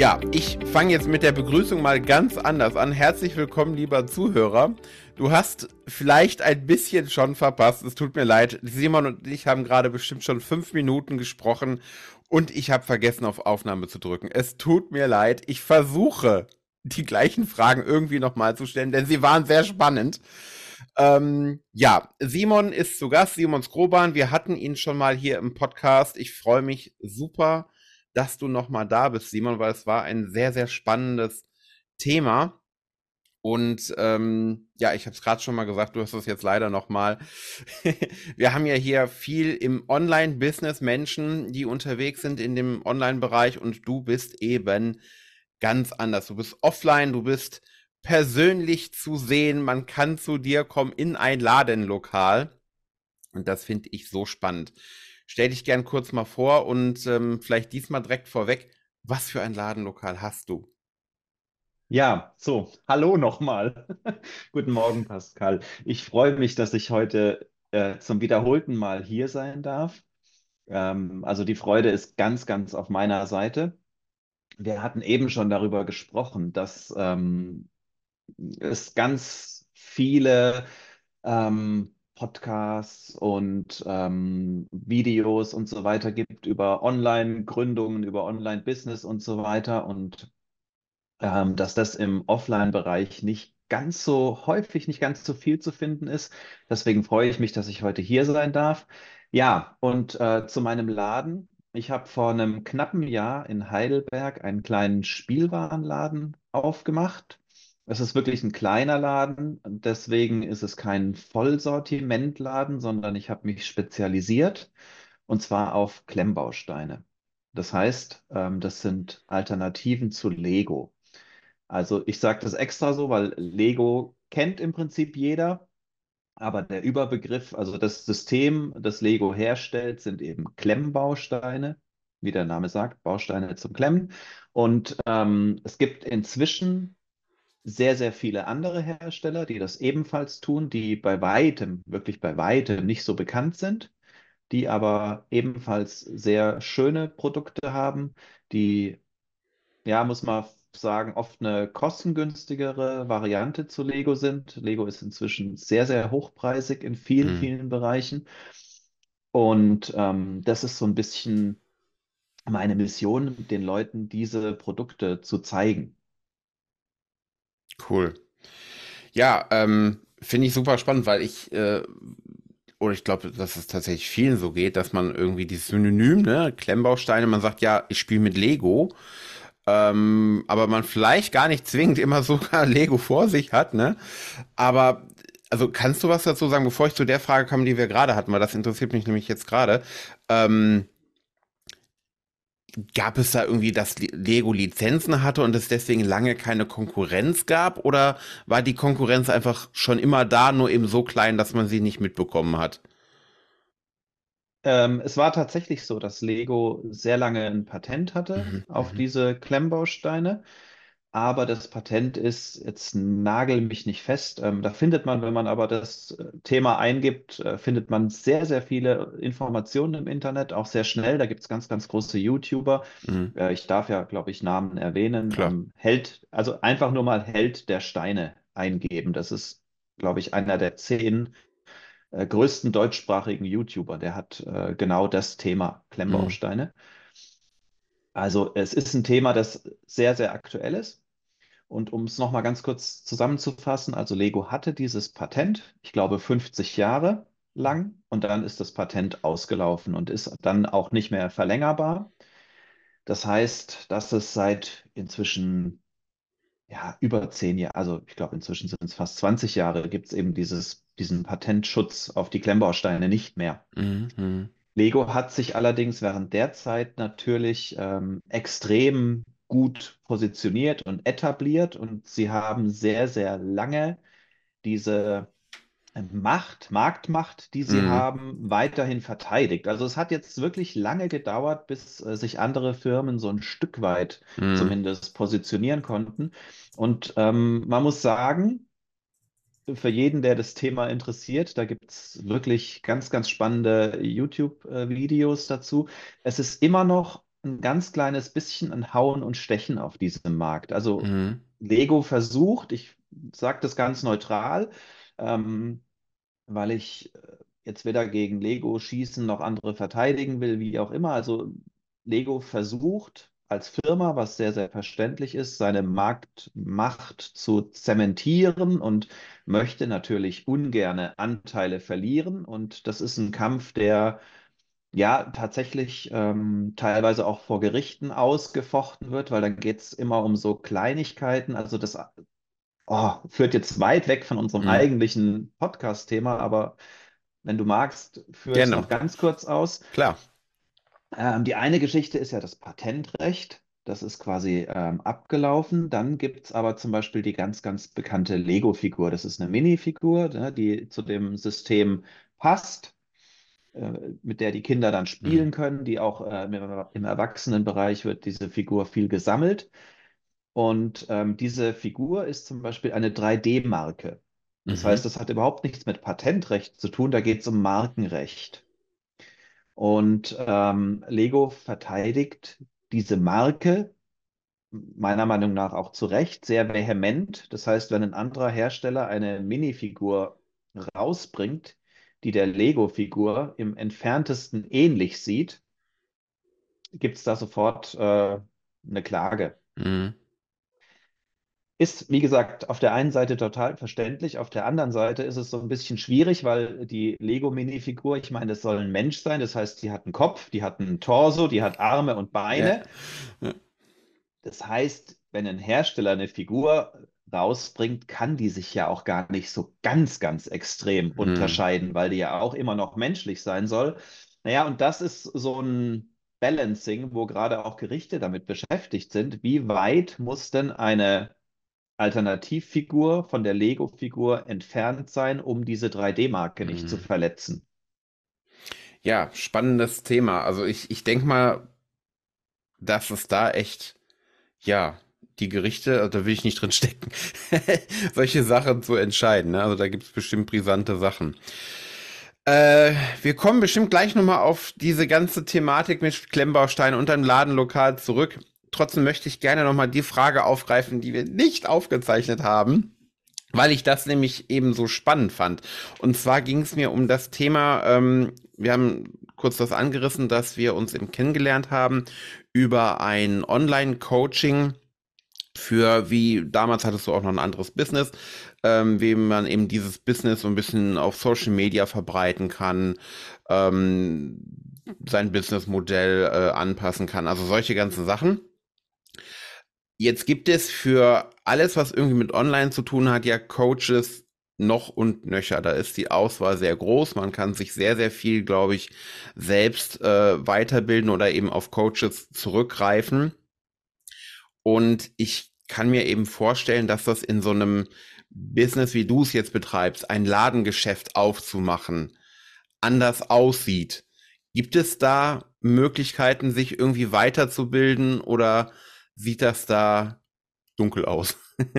Ja, ich fange jetzt mit der Begrüßung mal ganz anders an. Herzlich willkommen, lieber Zuhörer. Du hast vielleicht ein bisschen schon verpasst. Es tut mir leid. Simon und ich haben gerade bestimmt schon 5 Minuten gesprochen und ich habe vergessen, auf Aufnahme zu drücken. Es tut mir leid. Ich versuche, die gleichen Fragen irgendwie nochmal zu stellen, denn sie waren sehr spannend. Ja, Simon ist zu Gast, Simon Skroban. Wir hatten ihn schon mal hier im Podcast. Ich freue mich super, dass du noch mal da bist, Simon, weil es war ein sehr, sehr spannendes Thema. Und ja, ich habe es gerade schon mal gesagt, du hast es jetzt leider noch mal. Wir haben ja hier viel im Online-Business Menschen, die unterwegs sind in dem Online-Bereich und du bist eben ganz anders. Du bist offline, du bist persönlich zu sehen, man kann zu dir kommen in ein Ladenlokal und das finde ich so spannend. Stell dich gern kurz mal vor und vielleicht diesmal direkt vorweg, was für ein Ladenlokal hast du? Ja, so, hallo nochmal. Guten Morgen, Pascal. Ich freue mich, dass ich heute zum wiederholten Mal hier sein darf. Also die Freude ist ganz, ganz auf meiner Seite. Wir hatten eben schon darüber gesprochen, dass es ganz viele Podcasts und Videos und so weiter gibt über Online-Gründungen, über Online-Business und so weiter. Und dass das im Offline-Bereich nicht ganz so häufig, nicht ganz so viel zu finden ist. Deswegen freue ich mich, dass ich heute hier sein darf. Ja, und zu meinem Laden. Ich habe vor einem knappen Jahr in Heidelberg einen kleinen Spielwarenladen aufgemacht. Es ist wirklich ein kleiner Laden, und deswegen ist es kein Vollsortimentladen, sondern ich habe mich spezialisiert und zwar auf Klemmbausteine. Das heißt, das sind Alternativen zu Lego. Also ich sage das extra so, weil Lego kennt im Prinzip jeder, aber der Überbegriff, also das System, das Lego herstellt, sind eben Klemmbausteine, wie der Name sagt, Bausteine zum Klemmen. Und es gibt inzwischen sehr, sehr viele andere Hersteller, die das ebenfalls tun, die bei weitem, wirklich bei weitem nicht so bekannt sind, die aber ebenfalls sehr schöne Produkte haben, die ja, muss man sagen, oft eine kostengünstigere Variante zu Lego sind. Lego ist inzwischen sehr, sehr hochpreisig in vielen, Hm, vielen Bereichen. Und das ist so ein bisschen meine Mission, den Leuten diese Produkte zu zeigen. cool. Ja, finde ich super spannend, weil oder ich glaube, dass es tatsächlich vielen so geht, dass man irgendwie dieses Synonym, ne, Klemmbausteine, man sagt, ja, ich spiele mit Lego, aber man vielleicht gar nicht zwingend immer sogar Lego vor sich hat, ne? Aber, also kannst du was dazu sagen, bevor ich zu der Frage komme, die wir gerade hatten, weil das interessiert mich nämlich jetzt gerade. Ähm, Gab es da irgendwie, dass Lego Lizenzen hatte und es deswegen lange keine Konkurrenz gab? Oder war die Konkurrenz einfach schon immer da, nur eben so klein, dass man sie nicht mitbekommen hat? Es war tatsächlich so, dass Lego sehr lange ein Patent hatte Mhm, auf mhm, diese Klemmbausteine. Aber das Patent ist, jetzt nagel mich nicht fest, da findet man, wenn man aber das Thema eingibt, findet man sehr, sehr viele Informationen im Internet, auch sehr schnell. Da gibt es ganz, ganz große YouTuber. mhm, Ich darf ja, glaube ich, Namen erwähnen. klar. Held, also einfach nur mal Held der Steine eingeben. Das ist, glaube ich, einer der 10 größten deutschsprachigen YouTuber. Der hat genau das Thema Mhm, Klemmbausteine. Also es ist ein Thema, das sehr, sehr aktuell ist. Und um es nochmal ganz kurz zusammenzufassen, also Lego hatte dieses Patent, ich glaube 50 Jahre lang, und dann ist das Patent ausgelaufen und ist dann auch nicht mehr verlängerbar. Das heißt, dass es seit inzwischen ja, über 10 Jahren, also ich glaube inzwischen sind es fast 20 Jahre, gibt es eben diesen Patentschutz auf die Klemmbausteine nicht mehr. mhm, mhm, Lego hat sich allerdings während der Zeit natürlich extrem gut positioniert und etabliert und sie haben sehr, sehr lange diese Marktmacht, die sie mhm, haben, weiterhin verteidigt. Also es hat jetzt wirklich lange gedauert, bis sich andere Firmen so ein Stück weit mhm, zumindest positionieren konnten. Und man muss sagen, für jeden, der das Thema interessiert, da gibt es wirklich ganz, ganz spannende YouTube-Videos dazu. Es ist immer noch ein ganz kleines bisschen ein Hauen und Stechen auf diesem Markt. Also Mhm. Lego versucht, ich sage das ganz neutral, ähm, weil ich jetzt weder gegen Lego schießen noch andere verteidigen will, wie auch immer. Also Lego versucht als Firma, was sehr, sehr verständlich ist, seine Marktmacht zu zementieren und möchte natürlich ungerne Anteile verlieren. Und das ist ein Kampf, der ja tatsächlich teilweise auch vor Gerichten ausgefochten wird, weil da geht es immer um so Kleinigkeiten. Also das führt jetzt weit weg von unserem Mhm. eigentlichen Podcast-Thema, aber wenn du magst, führe ich es Gerne, noch ganz kurz aus. klar. Die eine Geschichte ist ja das Patentrecht. Das ist quasi abgelaufen. Dann gibt es aber zum Beispiel die ganz, ganz bekannte Lego-Figur. Das ist eine Minifigur, ne, die zu dem System passt, mit der die Kinder dann Mhm. spielen können. Die auch im Erwachsenenbereich wird diese Figur viel gesammelt. Und diese Figur ist zum Beispiel eine 3D-Marke. Das heißt, Mhm. das hat überhaupt nichts mit Patentrecht zu tun, da geht es um Markenrecht. Und Lego verteidigt diese Marke meiner Meinung nach auch zu Recht sehr vehement. Das heißt, wenn ein anderer Hersteller eine Minifigur rausbringt, die der Lego-Figur im entferntesten ähnlich sieht, gibt es da sofort eine Klage. Mhm. Ist, wie gesagt, auf der einen Seite total verständlich, auf der anderen Seite ist es so ein bisschen schwierig, weil die Lego-Minifigur, ich meine, das soll ein Mensch sein, das heißt, die hat einen Kopf, die hat einen Torso, die hat Arme und Ja. Beine. Das heißt, wenn ein Hersteller eine Figur rausbringt, kann die sich ja auch gar nicht so ganz, ganz extrem Mhm. unterscheiden, weil die ja auch immer noch menschlich sein soll. Naja, und das ist so ein Balancing, wo gerade auch Gerichte damit beschäftigt sind. Wie weit muss denn eine Alternativfigur von der Lego-Figur entfernt sein, um diese 3D-Marke nicht zu Mhm. verletzen? Ja, spannendes Thema. Also ich denke mal, dass es da echt, ja, die Gerichte, also da will ich nicht drin stecken, solche Sachen zu entscheiden. Ne? Also da gibt es bestimmt brisante Sachen. Wir kommen bestimmt gleich nochmal auf diese ganze Thematik mit Klemmbausteinen und einem Ladenlokal zurück. Trotzdem möchte ich gerne nochmal die Frage aufgreifen, die wir nicht aufgezeichnet haben, weil ich das nämlich eben so spannend fand. Und zwar ging es mir um das Thema, wir haben kurz das angerissen, dass wir uns eben kennengelernt haben über ein Online-Coaching für, wie damals hattest du auch noch ein anderes Business, wie man eben dieses Business so ein bisschen auf Social Media verbreiten kann, ähm, sein Businessmodell anpassen kann, also solche ganzen Sachen. Jetzt gibt es für alles, was irgendwie mit Online zu tun hat, ja Coaches noch und nöcher. Da ist die Auswahl sehr groß. Man kann sich sehr, sehr viel, glaube ich, selbst weiterbilden oder eben auf Coaches zurückgreifen. Und ich kann mir eben vorstellen, dass das in so einem Business, wie du es jetzt betreibst, ein Ladengeschäft aufzumachen, anders aussieht. Gibt es da Möglichkeiten, sich irgendwie weiterzubilden oder sieht das da dunkel aus?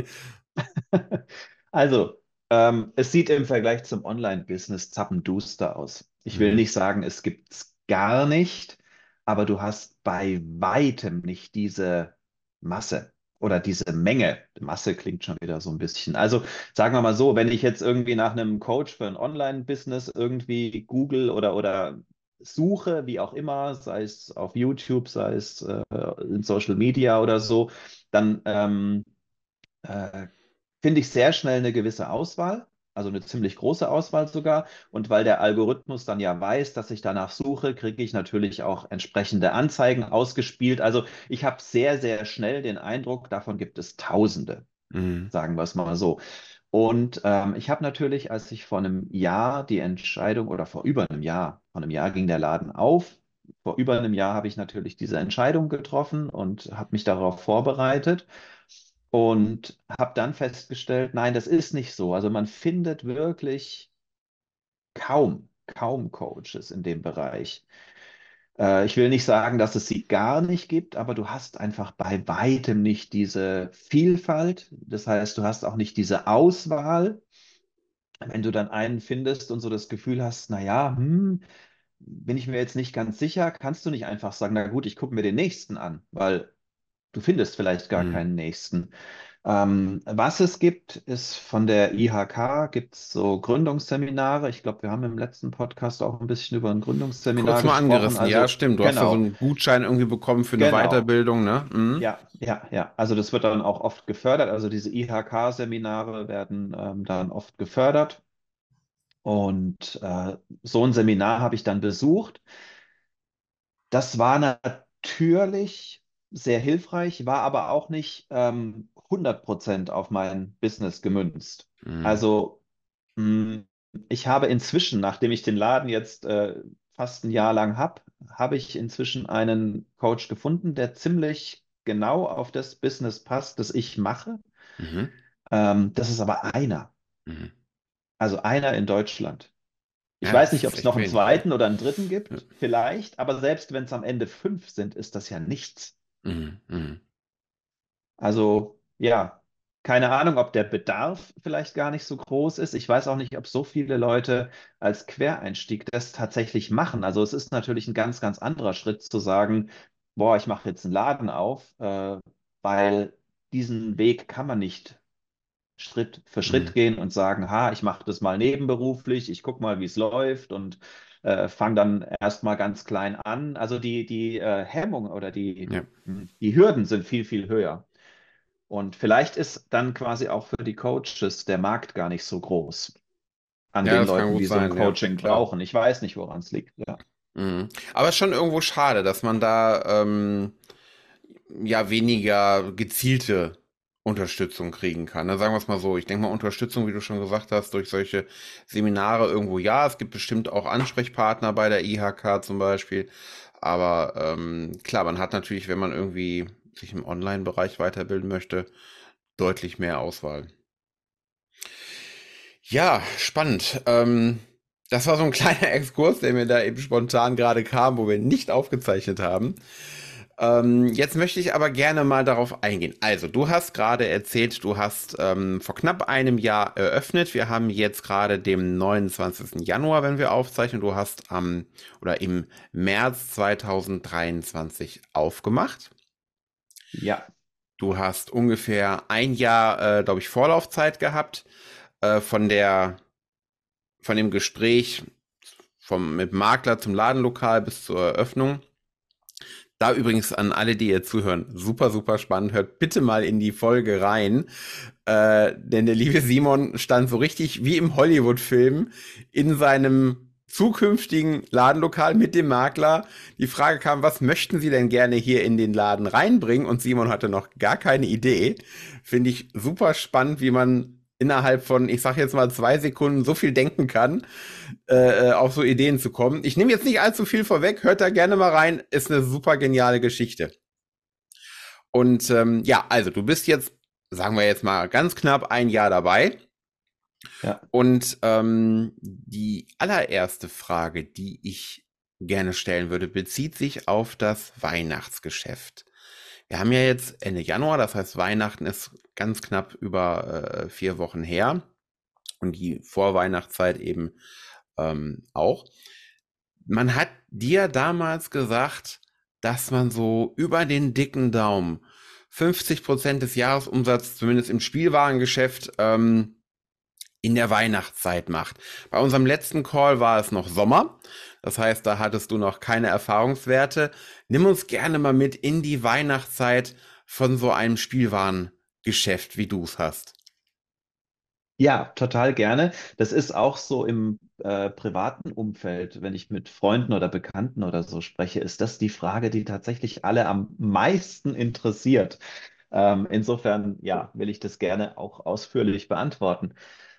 Also, es sieht im Vergleich zum Online-Business zappenduster aus. Ich will Mhm. nicht sagen, es gibt's gar nicht, aber du hast bei weitem nicht diese Masse oder diese Menge. Masse klingt schon wieder so ein bisschen. Also sagen wir mal so, wenn ich jetzt irgendwie nach einem Coach für ein Online-Business irgendwie google oder suche, wie auch immer, sei es auf YouTube, sei es in Social Media oder so, dann äh, finde ich sehr schnell eine gewisse Auswahl, also eine ziemlich große Auswahl sogar. Und weil der Algorithmus dann ja weiß, dass ich danach suche, kriege ich natürlich auch entsprechende Anzeigen ausgespielt. Also ich habe sehr, sehr schnell den Eindruck, davon gibt es Tausende, Mhm. sagen wir es mal so. Und ich habe natürlich, als ich vor einem Jahr die Entscheidung oder vor einem Jahr ging der Laden auf. Vor über einem Jahr habe ich natürlich diese Entscheidung getroffen und habe mich darauf vorbereitet und habe dann festgestellt, nein, das ist nicht so. Also man findet wirklich kaum Coaches in dem Bereich. Ich will nicht sagen, dass es sie gar nicht gibt, aber du hast einfach bei weitem nicht diese Vielfalt. Das heißt, du hast auch nicht diese Auswahl. Wenn du dann einen findest und so das Gefühl hast, naja, bin ich mir jetzt nicht ganz sicher. Kannst du nicht einfach sagen, na gut, ich gucke mir den nächsten an, weil du findest vielleicht gar Mhm. keinen nächsten. Was es gibt, ist von der IHK gibt es so Gründungsseminare. Ich glaube, wir haben im letzten Podcast auch ein bisschen über ein Gründungsseminar Kurz mal gesprochen. angerissen, ja, Also stimmt. Du hast ja so genau, einen Gutschein irgendwie bekommen für eine genau. Weiterbildung, ne? Mhm. Ja, ja, ja. Also das wird dann auch oft gefördert. Also diese IHK-Seminare werden dann oft gefördert. Und so ein Seminar habe ich dann besucht. Das war natürlich sehr hilfreich, war aber auch nicht 100% auf mein Business gemünzt. Mhm. Also mh, ich habe inzwischen, nachdem ich den Laden jetzt fast ein Jahr lang habe ich inzwischen einen Coach gefunden, der ziemlich genau auf das Business passt, das ich mache. Mhm. Das ist aber einer, Mhm. also einer in Deutschland. Ich Ja, weiß das nicht, ob ist es echt noch einen wenig, ja. zweiten oder einen dritten Ja. gibt, vielleicht, aber selbst wenn es am Ende 5 sind, ist das ja nichts. Mhm. Mhm. Also ja, keine Ahnung, ob der Bedarf vielleicht gar nicht so groß ist. Ich weiß auch nicht, ob so viele Leute als Quereinstieg das tatsächlich machen. Also es ist natürlich ein ganz, ganz anderer Schritt zu sagen, boah, ich mache jetzt einen Laden auf, weil diesen Weg kann man nicht Schritt für Schritt Mhm. gehen und sagen, ha, ich mache das mal nebenberuflich, ich gucke mal, wie es läuft und fange dann erstmal ganz klein an. Also die Hemmung oder Ja. die Hürden sind viel, viel höher. Und vielleicht ist dann quasi auch für die Coaches der Markt gar nicht so groß an Ja, den das kann Leuten, gut die so ein sein, ja, Coaching klar. brauchen. Ich weiß nicht, woran es liegt. Ja. Mhm. Aber es ist schon irgendwo schade, dass man da ja weniger gezielte Unterstützung kriegen kann. Ne? Sagen wir es mal so. Ich denke mal, Unterstützung, wie du schon gesagt hast, durch solche Seminare irgendwo ja. Es gibt bestimmt auch Ansprechpartner bei der IHK zum Beispiel. Aber klar, man hat natürlich, wenn man irgendwie sich im Online-Bereich weiterbilden möchte, deutlich mehr Auswahl. Ja, spannend. Das war so ein kleiner Exkurs, der mir da eben spontan gerade kam, wo wir nicht aufgezeichnet haben. Jetzt möchte ich aber gerne mal darauf eingehen. Also, du hast gerade erzählt, du hast vor knapp einem Jahr eröffnet. Wir haben jetzt gerade den 29. Januar, wenn wir aufzeichnen. Du hast oder im März 2023 aufgemacht. Ja, Du hast ungefähr ein Jahr, glaube ich, Vorlaufzeit gehabt von von dem Gespräch mit dem Makler zum Ladenlokal bis zur Eröffnung. Da übrigens an alle, die ihr zuhören, super, super spannend. Hört bitte mal in die Folge rein. Denn der liebe Simon stand so richtig wie im Hollywood-Film in seinem zukünftigen Ladenlokal mit dem Makler. Die Frage kam, was möchten Sie denn gerne hier in den Laden reinbringen? Und Simon hatte noch gar keine Idee. Finde ich super spannend, wie man innerhalb von, ich sag jetzt mal 2 Sekunden so viel denken kann, auf so Ideen zu kommen. Ich nehme jetzt nicht allzu viel vorweg, hört da gerne mal rein, ist eine super geniale Geschichte. Und ja, also du bist jetzt, sagen wir jetzt mal ganz knapp ein Jahr dabei. ja, Und die allererste Frage, die ich gerne stellen würde, bezieht sich auf das Weihnachtsgeschäft. Wir haben ja jetzt Ende Januar, das heißt Weihnachten ist ganz knapp über 4 Wochen her und die Vorweihnachtszeit eben auch. Man hat dir damals gesagt, dass man so über den dicken Daumen 50% des Jahresumsatzes, zumindest im Spielwarengeschäft, in der Weihnachtszeit macht. Bei unserem letzten Call war es noch Sommer. Das heißt, da hattest du noch keine Erfahrungswerte. Nimm uns gerne mal mit in die Weihnachtszeit von so einem Spielwarengeschäft, wie du es hast. ja, total gerne. Das ist auch so im privaten Umfeld, wenn ich mit Freunden oder Bekannten oder so spreche, ist das die Frage, die tatsächlich alle am meisten interessiert. Insofern, ja, will ich das gerne auch ausführlich beantworten.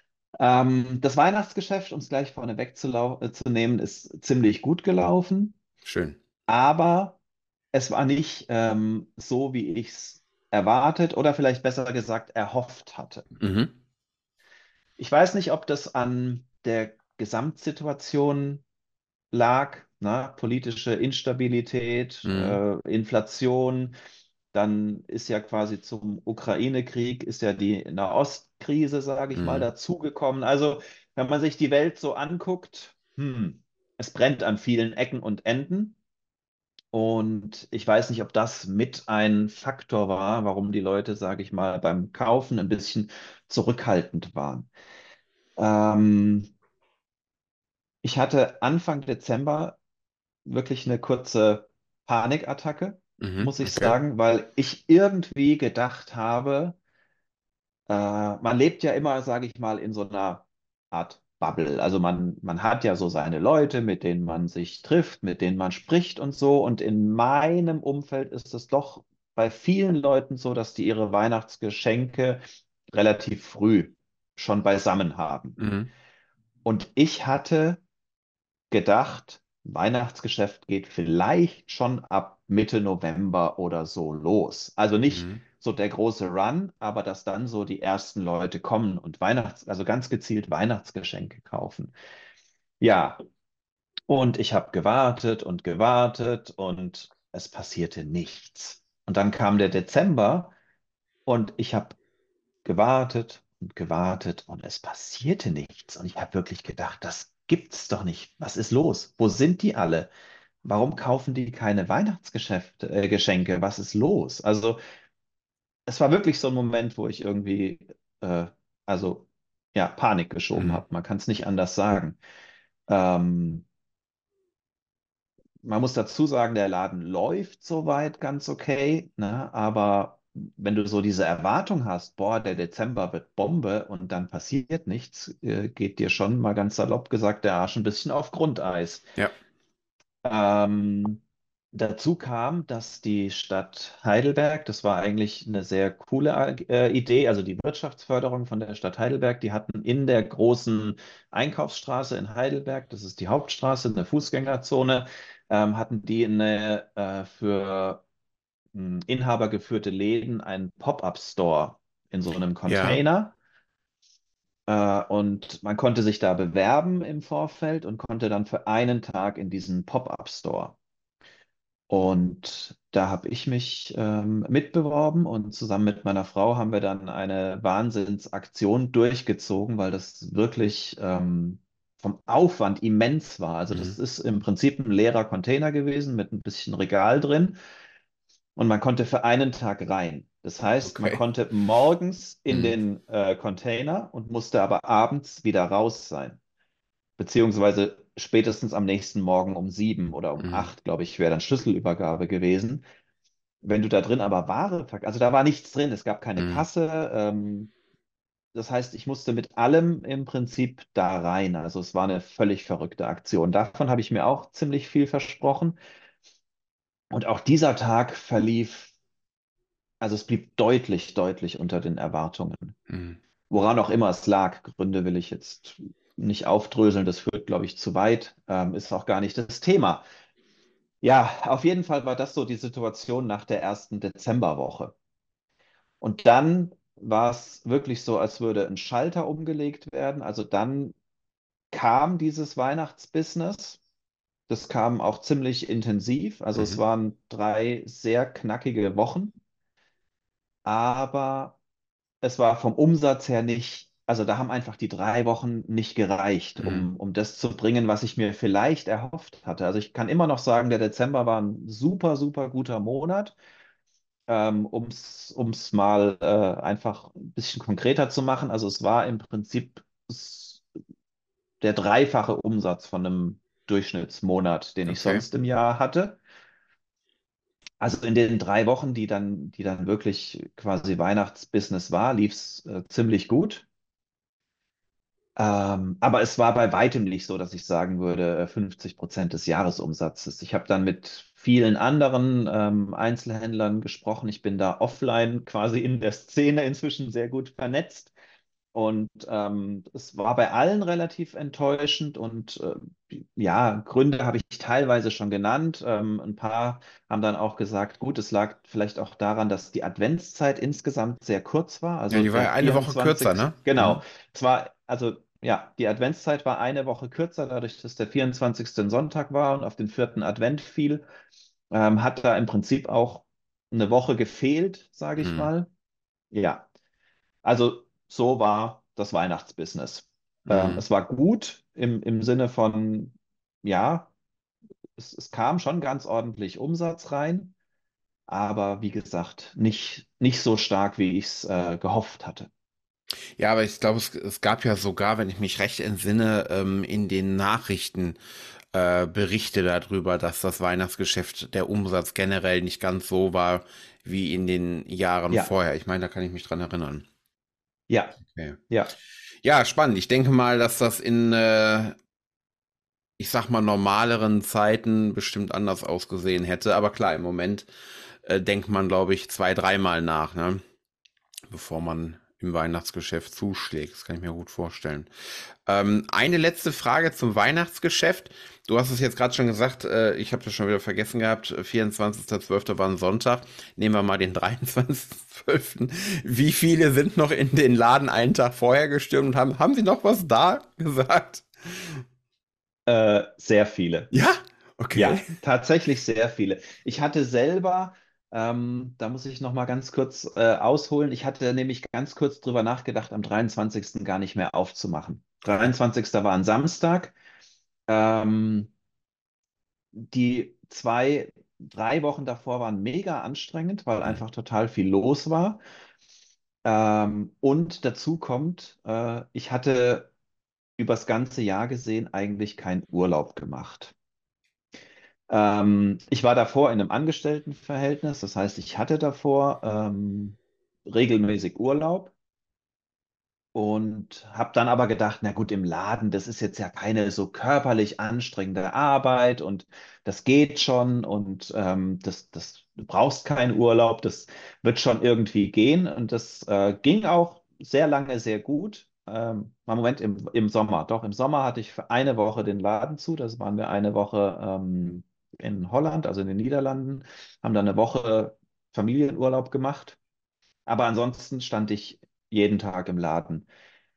Das Weihnachtsgeschäft, um es gleich vorneweg zu nehmen, ist ziemlich gut gelaufen, Schön. aber es war nicht so, wie ich es erwartet oder vielleicht besser gesagt erhofft hatte. Mhm. Ich weiß nicht, ob das an der Gesamtsituation lag, ne? Politische Instabilität, Mhm. Inflation. Dann ist ja quasi zum Ukraine-Krieg, ist ja die Nahostkrise, sage ich mal, Mhm. dazugekommen. Also, wenn man sich die Welt so anguckt, es brennt an vielen Ecken und Enden. Und ich weiß nicht, ob das mit ein Faktor war, warum die Leute, sage ich mal, beim Kaufen ein bisschen zurückhaltend waren. Ähm, Ich hatte Anfang Dezember wirklich eine kurze Panikattacke, Mhm, muss ich okay. sagen, weil ich irgendwie gedacht habe, man lebt ja immer, sage ich mal, in so einer Art Bubble. Also man hat ja so seine Leute, mit denen man sich trifft, mit denen man spricht und so. Und in meinem Umfeld ist es doch bei vielen Leuten so, dass die ihre Weihnachtsgeschenke relativ früh schon beisammen haben. Mhm, Und ich hatte gedacht, Weihnachtsgeschäft geht vielleicht schon ab Mitte November oder so los. Also nicht mhm, so der große Run, aber dass dann so die ersten Leute kommen und also ganz gezielt Weihnachtsgeschenke kaufen. Ja, und ich habe gewartet und es passierte nichts. Und dann kam der Dezember und ich habe gewartet und es passierte nichts. Und ich habe wirklich gedacht, das gibt's doch nicht. Was ist los? Wo sind die alle? Warum kaufen die keine Geschenke? Was ist los? Also, es war wirklich so ein Moment, wo ich irgendwie, äh, also, ja, Panik geschoben mhm, habe. Man kann es nicht anders sagen. Ähm, Man muss dazu sagen, der Laden läuft soweit ganz okay, ne? Aber wenn du so diese Erwartung hast, boah, der Dezember wird Bombe und dann passiert nichts, geht dir schon mal ganz salopp gesagt der Arsch ein bisschen auf Grundeis. ja, Ähm, Dazu kam, dass die Stadt Heidelberg, das war eigentlich eine sehr coole Idee, also die Wirtschaftsförderung von der Stadt Heidelberg, die hatten in der großen Einkaufsstraße in Heidelberg, das ist die Hauptstraße, eine Fußgängerzone, hatten die für inhabergeführte Läden einen Pop-up-Store in so einem ja, Container. Und man konnte sich da bewerben im Vorfeld und konnte dann für einen Tag in diesen Pop-up-Store. Und da habe ich mich mitbeworben und zusammen mit meiner Frau haben wir dann eine Wahnsinnsaktion durchgezogen, weil das wirklich vom Aufwand immens war. Also mhm, das ist im Prinzip ein leerer Container gewesen mit ein bisschen Regal drin und man konnte für einen Tag rein. Das heißt, man okay. konnte morgens in Mhm, den Container und musste aber abends wieder raus sein. Beziehungsweise spätestens am nächsten Morgen um 7 oder um mhm, 8, glaube ich, wäre dann Schlüsselübergabe gewesen. Wenn du da drin aber also da war nichts drin, es gab keine mhm, Kasse. Das heißt, ich musste mit allem im Prinzip da rein. Also es war eine völlig verrückte Aktion. Davon habe ich mir auch ziemlich viel versprochen. Und auch dieser Tag also es blieb deutlich unter den Erwartungen. mhm, Woran auch immer es lag, Gründe will ich jetzt nicht aufdröseln, das führt, glaube ich, zu weit, ist auch gar nicht das Thema. Ja, auf jeden Fall war das so die Situation nach der ersten Dezemberwoche. Und dann war es wirklich so, als würde ein Schalter umgelegt werden. Also dann kam dieses Weihnachtsbusiness. Das kam auch ziemlich intensiv. Also es mhm, waren 3 sehr knackige Wochen, aber es war vom Umsatz her nicht, also da haben einfach die 3 Wochen nicht gereicht, mhm, um das zu bringen, was ich mir vielleicht erhofft hatte. Also ich kann immer noch sagen, der Dezember war ein super guter Monat. Um es mal einfach ein bisschen konkreter zu machen, also es war im Prinzip der dreifache Umsatz von einem Durchschnittsmonat, den ich okay. sonst im Jahr hatte. Also in den 3 Wochen, die dann wirklich quasi Weihnachtsbusiness war, lief es ziemlich gut. Aber es war bei weitem nicht so, dass ich sagen würde, 50% des Jahresumsatzes. Ich habe dann mit vielen anderen Einzelhändlern gesprochen. Ich bin da offline quasi in der Szene inzwischen sehr gut vernetzt. Und es war bei allen relativ enttäuschend und ja, Gründe habe ich teilweise schon genannt. Ein paar haben dann auch gesagt, gut, es lag vielleicht auch daran, dass die Adventszeit insgesamt sehr kurz war. Ja, Also die war der ja eine Woche kürzer, 24. ne? Genau, Mhm, also ja, die Adventszeit war eine Woche kürzer, dadurch, dass der 24. ein Sonntag war und auf den vierten Advent fiel, hat da im Prinzip auch eine Woche gefehlt, sage ich mhm, mal. Ja. Also so war das Weihnachtsbusiness. mhm, Es war gut im Sinne von, ja, es kam schon ganz ordentlich Umsatz rein, aber wie gesagt, nicht so stark, wie ich es gehofft hatte. Ja, aber ich glaube, es gab ja sogar, wenn ich mich recht entsinne, in den Nachrichten Berichte darüber, dass das Weihnachtsgeschäft, der Umsatz generell nicht ganz so war wie in den Jahren Ja, vorher. Ich meine, da kann ich mich dran erinnern. ja, Okay. ja. Ja, spannend. Ich denke mal, dass das in, ich sag mal, normaleren Zeiten bestimmt anders ausgesehen hätte. Aber klar, im Moment denkt man, glaube ich, zwei, dreimal nach, ne? Bevor man im Weihnachtsgeschäft zuschlägt. Das kann ich mir gut vorstellen. Eine letzte Frage zum Weihnachtsgeschäft. Du hast es jetzt gerade schon gesagt, ich habe das schon wieder vergessen gehabt. 24.12. war ein Sonntag. Nehmen wir mal den 23.12. Wie viele sind noch in den Laden einen Tag vorher gestürmt und haben sie noch was da gesagt? Sehr viele. Ja? Okay. Ja, tatsächlich sehr viele. Ich hatte selber, da muss ich noch mal ganz kurz ausholen. Ich hatte nämlich ganz kurz drüber nachgedacht, am 23. gar nicht mehr aufzumachen. 23. war ein Samstag. Ähm, die 3 Wochen davor waren mega anstrengend, weil Hm. einfach total viel los war. Und dazu kommt, ich hatte übers ganze Jahr gesehen eigentlich keinen Urlaub gemacht. Ich war davor in einem Angestelltenverhältnis, das heißt, ich hatte davor regelmäßig Urlaub und habe dann aber gedacht, na gut, im Laden, das ist jetzt ja keine so körperlich anstrengende Arbeit und das geht schon und du brauchst keinen Urlaub, das wird schon irgendwie gehen und das ging auch sehr lange sehr gut. Moment, im Sommer, doch, im Sommer hatte ich für eine Woche den Laden zu, das waren wir eine Woche in Holland, also in den Niederlanden, haben dann eine Woche Familienurlaub gemacht, aber ansonsten stand ich jeden Tag im Laden.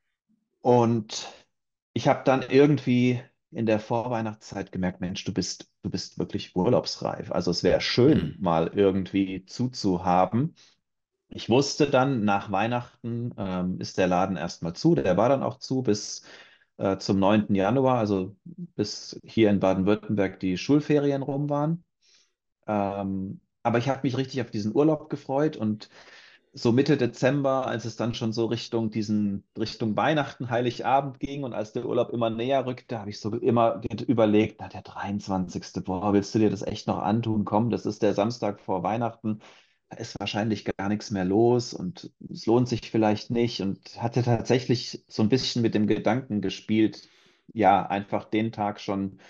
Und ich habe dann irgendwie in der Vorweihnachtszeit gemerkt, Mensch, du bist wirklich urlaubsreif. Also es wäre schön, Hm. mal irgendwie zuzuhaben. Ich wusste dann, nach Weihnachten ist der Laden erstmal zu. Der war dann auch zu bis zum 9. Januar, also bis hier in Baden-Württemberg die Schulferien rum waren. Aber ich habe mich richtig auf diesen Urlaub gefreut und so Mitte Dezember, als es dann schon so Richtung Weihnachten, Heiligabend ging und als der Urlaub immer näher rückte, habe ich so immer überlegt, na, der 23. Boah, willst du dir das echt noch antun? Komm, das ist der Samstag vor Weihnachten. Da ist wahrscheinlich gar nichts mehr los und es lohnt sich vielleicht nicht und hatte tatsächlich so ein bisschen mit dem Gedanken gespielt, ja, einfach den Tag schon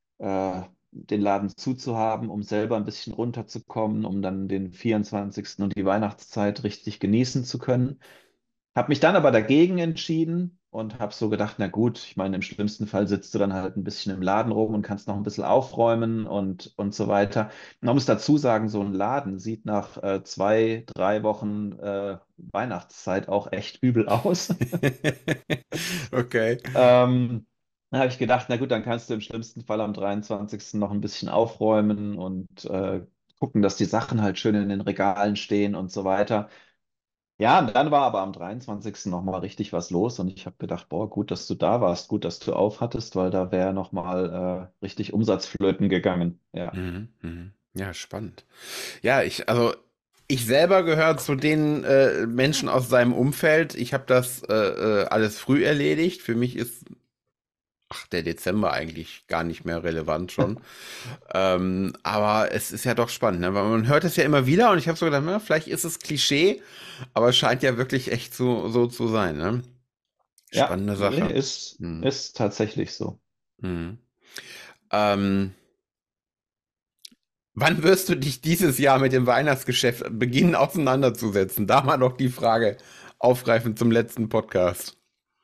den Laden zuzuhaben, um selber ein bisschen runterzukommen, um dann den 24. und die Weihnachtszeit richtig genießen zu können. Habe mich dann aber dagegen entschieden und habe so gedacht, na gut, ich meine, im schlimmsten Fall sitzt du dann halt ein bisschen im Laden rum und kannst noch ein bisschen aufräumen und so weiter. Man muss dazu sagen, so ein Laden sieht nach 2, 3 Wochen Weihnachtszeit auch echt übel aus. Okay. Dann habe ich gedacht, na gut, dann kannst du im schlimmsten Fall am 23. noch ein bisschen aufräumen und gucken, dass die Sachen halt schön in den Regalen stehen und so weiter. Ja, und dann war aber am 23. noch mal richtig was los und ich habe gedacht, boah, gut, dass du da warst, gut, dass du aufhattest, weil da wäre noch mal richtig Umsatz flöten gegangen. Ja, Mhm, mhm. Ja, spannend. Ja, ich selber gehöre zu den Menschen aus seinem Umfeld. Ich habe das alles früh erledigt. Für mich ist der Dezember eigentlich gar nicht mehr relevant schon. Aber es ist ja doch spannend, ne? Weil man hört es ja immer wieder und ich habe so gedacht, na, vielleicht ist es Klischee, aber es scheint ja wirklich echt so zu sein, ne? ja, Spannende nee, Sache. ist, Hm. ist tatsächlich so. Hm. Ähm, Wann wirst du dich dieses Jahr mit dem Weihnachtsgeschäft beginnen auseinanderzusetzen? Da mal noch die Frage aufgreifen zum letzten Podcast.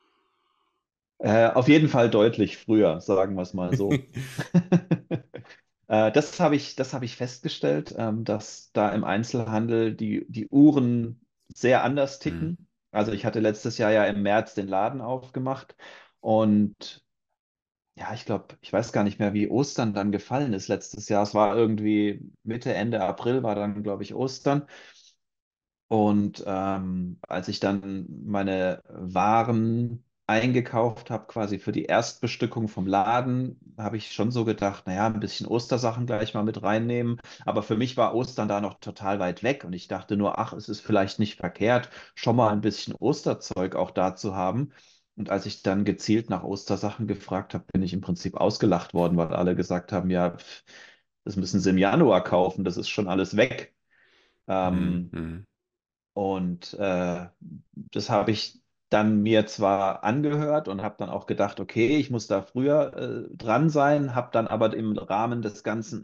Auf jeden Fall deutlich früher, sagen wir es mal so. Das habe ich festgestellt, dass da im Einzelhandel die Uhren sehr anders Hm. ticken. Also ich hatte letztes Jahr ja im März den Laden aufgemacht und ja, ich glaube, ich weiß gar nicht mehr, wie Ostern dann gefallen ist letztes Jahr. Es war irgendwie Mitte, Ende April war dann, glaube ich, Ostern. Und als ich dann meine Waren eingekauft habe, quasi für die Erstbestückung vom Laden, habe ich schon so gedacht, naja, ein bisschen Ostersachen gleich mal mit reinnehmen. Aber für mich war Ostern da noch total weit weg und ich dachte nur, ach, es ist vielleicht nicht verkehrt, schon mal ein bisschen Osterzeug auch da zu haben. Und als ich dann gezielt nach Ostersachen gefragt habe, bin ich im Prinzip ausgelacht worden, weil alle gesagt haben, ja, das müssen Sie im Januar kaufen, das ist schon alles weg. Mhm. Ähm, Mhm. und das habe ich dann mir zwar angehört und habe dann auch gedacht, okay, ich muss da früher dran sein, habe dann aber im Rahmen des ganzen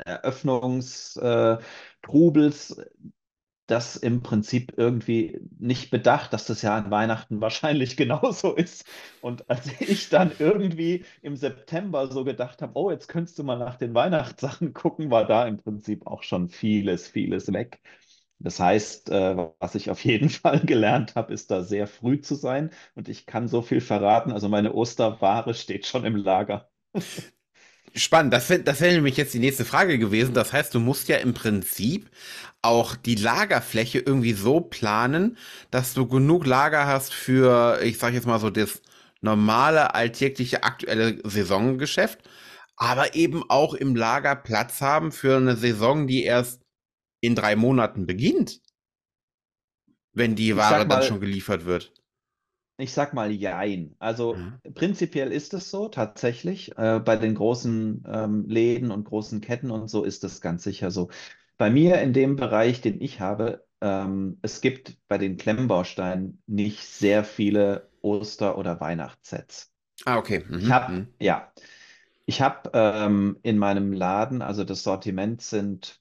Trubels das im Prinzip irgendwie nicht bedacht, dass das ja an Weihnachten wahrscheinlich genauso ist. Und als ich dann irgendwie im September so gedacht habe, oh, jetzt könntest du mal nach den Weihnachtssachen gucken, war da im Prinzip auch schon vieles weg. Das heißt, was ich auf jeden Fall gelernt habe, ist da sehr früh zu sein. Und ich kann so viel verraten. Also meine Osterware steht schon im Lager. Spannend, das wär nämlich jetzt die nächste Frage gewesen. Das heißt, du musst ja im Prinzip auch die Lagerfläche irgendwie so planen, dass du genug Lager hast für, ich sag jetzt mal so, das normale, alltägliche, aktuelle Saisongeschäft, aber eben auch im Lager Platz haben für eine Saison, die erst in 3 Monaten beginnt, wenn die Ich Ware sag dann schon mal, geliefert wird. Ich sag mal jein. Also Mhm. prinzipiell ist es so, tatsächlich. Bei den großen Läden und großen Ketten und so ist das ganz sicher so. Bei mir in dem Bereich, den ich habe, es gibt bei den Klemmbausteinen nicht sehr viele Oster- oder Weihnachtssets. Ah, okay. Ich Mhm. habe, Mhm. ja, ich habe in meinem Laden, also das Sortiment sind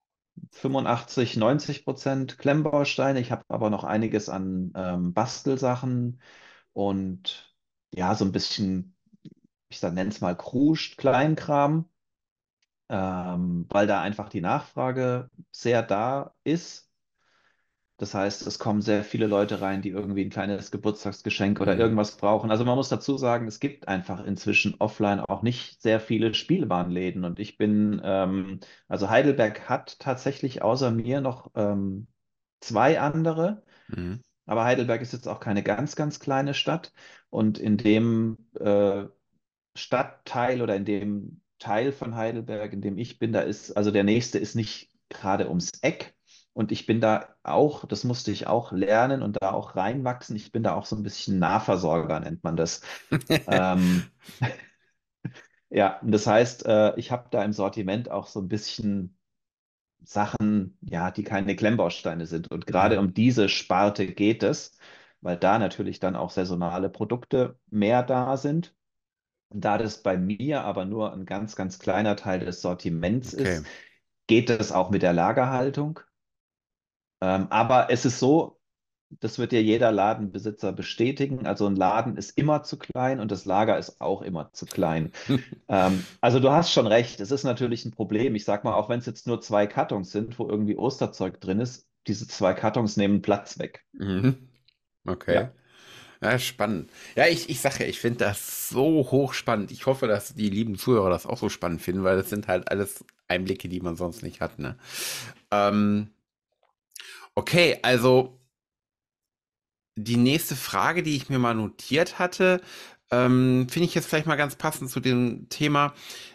85, 90% Klemmbausteine. Ich habe aber noch einiges an Bastelsachen und ja, so ein bisschen, ich nenne es mal Kruscht, Kleinkram, weil da einfach die Nachfrage sehr da ist. Das heißt, es kommen sehr viele Leute rein, die irgendwie ein kleines Geburtstagsgeschenk oder Mhm. irgendwas brauchen. Also man muss dazu sagen, es gibt einfach inzwischen offline auch nicht sehr viele Spielwarenläden. Und also Heidelberg hat tatsächlich außer mir noch zwei andere. Mhm. Aber Heidelberg ist jetzt auch keine ganz kleine Stadt. Und in dem Stadtteil oder in dem Teil von Heidelberg, in dem ich bin, da ist, also der nächste ist nicht gerade ums Eck. Und ich bin da auch, das musste ich auch lernen und da auch reinwachsen. Ich bin da auch so ein bisschen Nahversorger, nennt man das. Ähm, ja, und das heißt, ich habe da im Sortiment auch so ein bisschen Sachen, ja, die keine Klemmbausteine sind. Und gerade Mhm. um diese Sparte geht es, weil da natürlich dann auch saisonale Produkte mehr da sind. Da das bei mir aber nur ein ganz kleiner Teil des Sortiments Okay. ist, geht es auch mit der Lagerhaltung. Aber es ist so, das wird dir jeder Ladenbesitzer bestätigen. Also ein Laden ist immer zu klein und das Lager ist auch immer zu klein. Also du hast schon recht, es ist natürlich ein Problem. Ich sag mal, auch wenn es jetzt nur zwei Kartons sind, wo irgendwie Osterzeug drin ist, diese zwei Kartons nehmen Platz weg. Mhm. Okay. Ja. Ja, spannend. Ja, ich sage ja, ich finde das so hochspannend. Ich hoffe, dass die lieben Zuhörer das auch so spannend finden, weil das sind halt alles Einblicke, die man sonst nicht hat, ne? Ähm, okay, also die nächste Frage, die ich mir mal notiert hatte, finde ich jetzt vielleicht mal ganz passend zu dem Thema.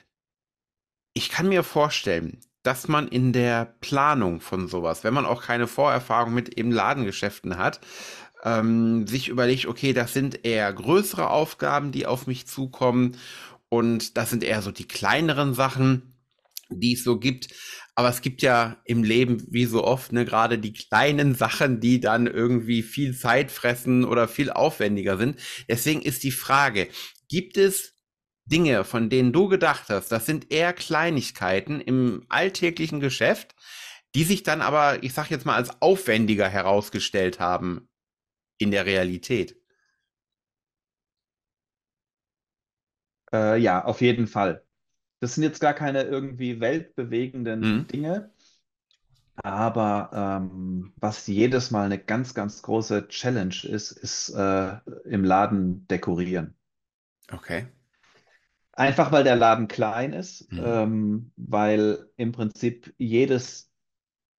Ich kann mir vorstellen, dass man in der Planung von sowas, wenn man auch keine Vorerfahrung mit eben Ladengeschäften hat, sich überlegt, okay, das sind eher größere Aufgaben, die auf mich zukommen und das sind eher so die kleineren Sachen, die es so gibt. Aber es gibt ja im Leben, wie so oft, ne, gerade die kleinen Sachen, die dann irgendwie viel Zeit fressen oder viel aufwendiger sind. Deswegen ist die Frage, gibt es Dinge, von denen du gedacht hast, das sind eher Kleinigkeiten im alltäglichen Geschäft, die sich dann aber, ich sag jetzt mal, als aufwendiger herausgestellt haben in der Realität? Ja, auf jeden Fall. Das sind jetzt gar keine irgendwie weltbewegenden Mhm. Dinge, aber was jedes Mal eine ganz große Challenge ist im Laden dekorieren. Okay. Einfach weil der Laden klein ist, Mhm. weil im Prinzip jedes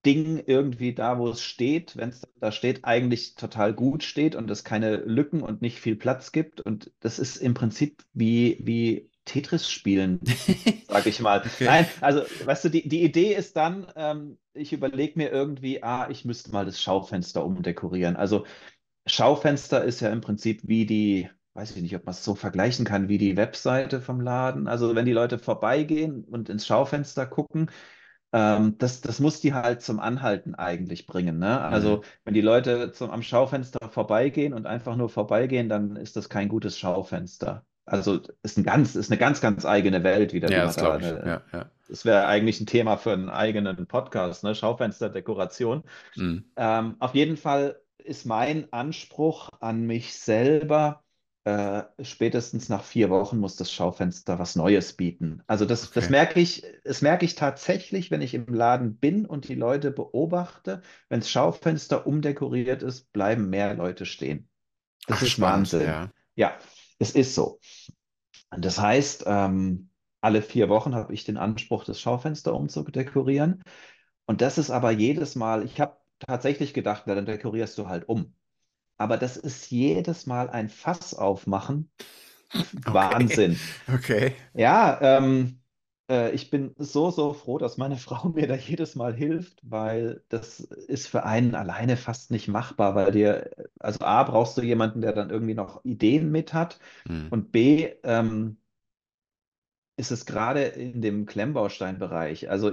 Ding irgendwie da, wo es steht, wenn es da steht, eigentlich total gut steht und es keine Lücken und nicht viel Platz gibt. Und das ist im Prinzip wie Tetris spielen, sag ich mal. Okay. Nein, also, weißt du, die Idee ist dann, ich überlege mir irgendwie, ich müsste mal das Schaufenster umdekorieren. Also, Schaufenster ist ja im Prinzip wie weiß ich nicht, ob man es so vergleichen kann, wie die Webseite vom Laden. Also, wenn die Leute vorbeigehen und ins Schaufenster gucken, das muss die halt zum Anhalten eigentlich bringen, ne? Mhm. Also, wenn die Leute am Schaufenster vorbeigehen und einfach nur vorbeigehen, dann ist das kein gutes Schaufenster. Also, ist eine ganz, ganz eigene Welt wieder, die Ja, man das da, glaube ich. Ja, ja. das wäre eigentlich ein Thema für einen eigenen Podcast, ne? Schaufensterdekoration. Mhm. Auf jeden Fall ist mein Anspruch an mich selber, spätestens nach 4 Wochen muss das Schaufenster was Neues bieten. Also Okay. das merke ich tatsächlich, wenn ich im Laden bin und die Leute beobachte. Wenn das Schaufenster umdekoriert ist, bleiben mehr Leute stehen. Das Ach, ist spannend, Wahnsinn. ja. Ja, es ist so. Und das heißt, alle 4 Wochen habe ich den Anspruch, das Schaufenster umzudekorieren. Und das ist aber jedes Mal, ich habe tatsächlich gedacht, na, dann dekorierst du halt um. Aber das ist jedes Mal ein Fass aufmachen. Okay. Wahnsinn. Okay. Ja, ich bin so, so froh, dass meine Frau mir da jedes Mal hilft, weil das ist für einen alleine fast nicht machbar, weil also A, brauchst du jemanden, der dann irgendwie noch Ideen mit hat Mhm. und B, ist es gerade in dem Klemmbausteinbereich. Also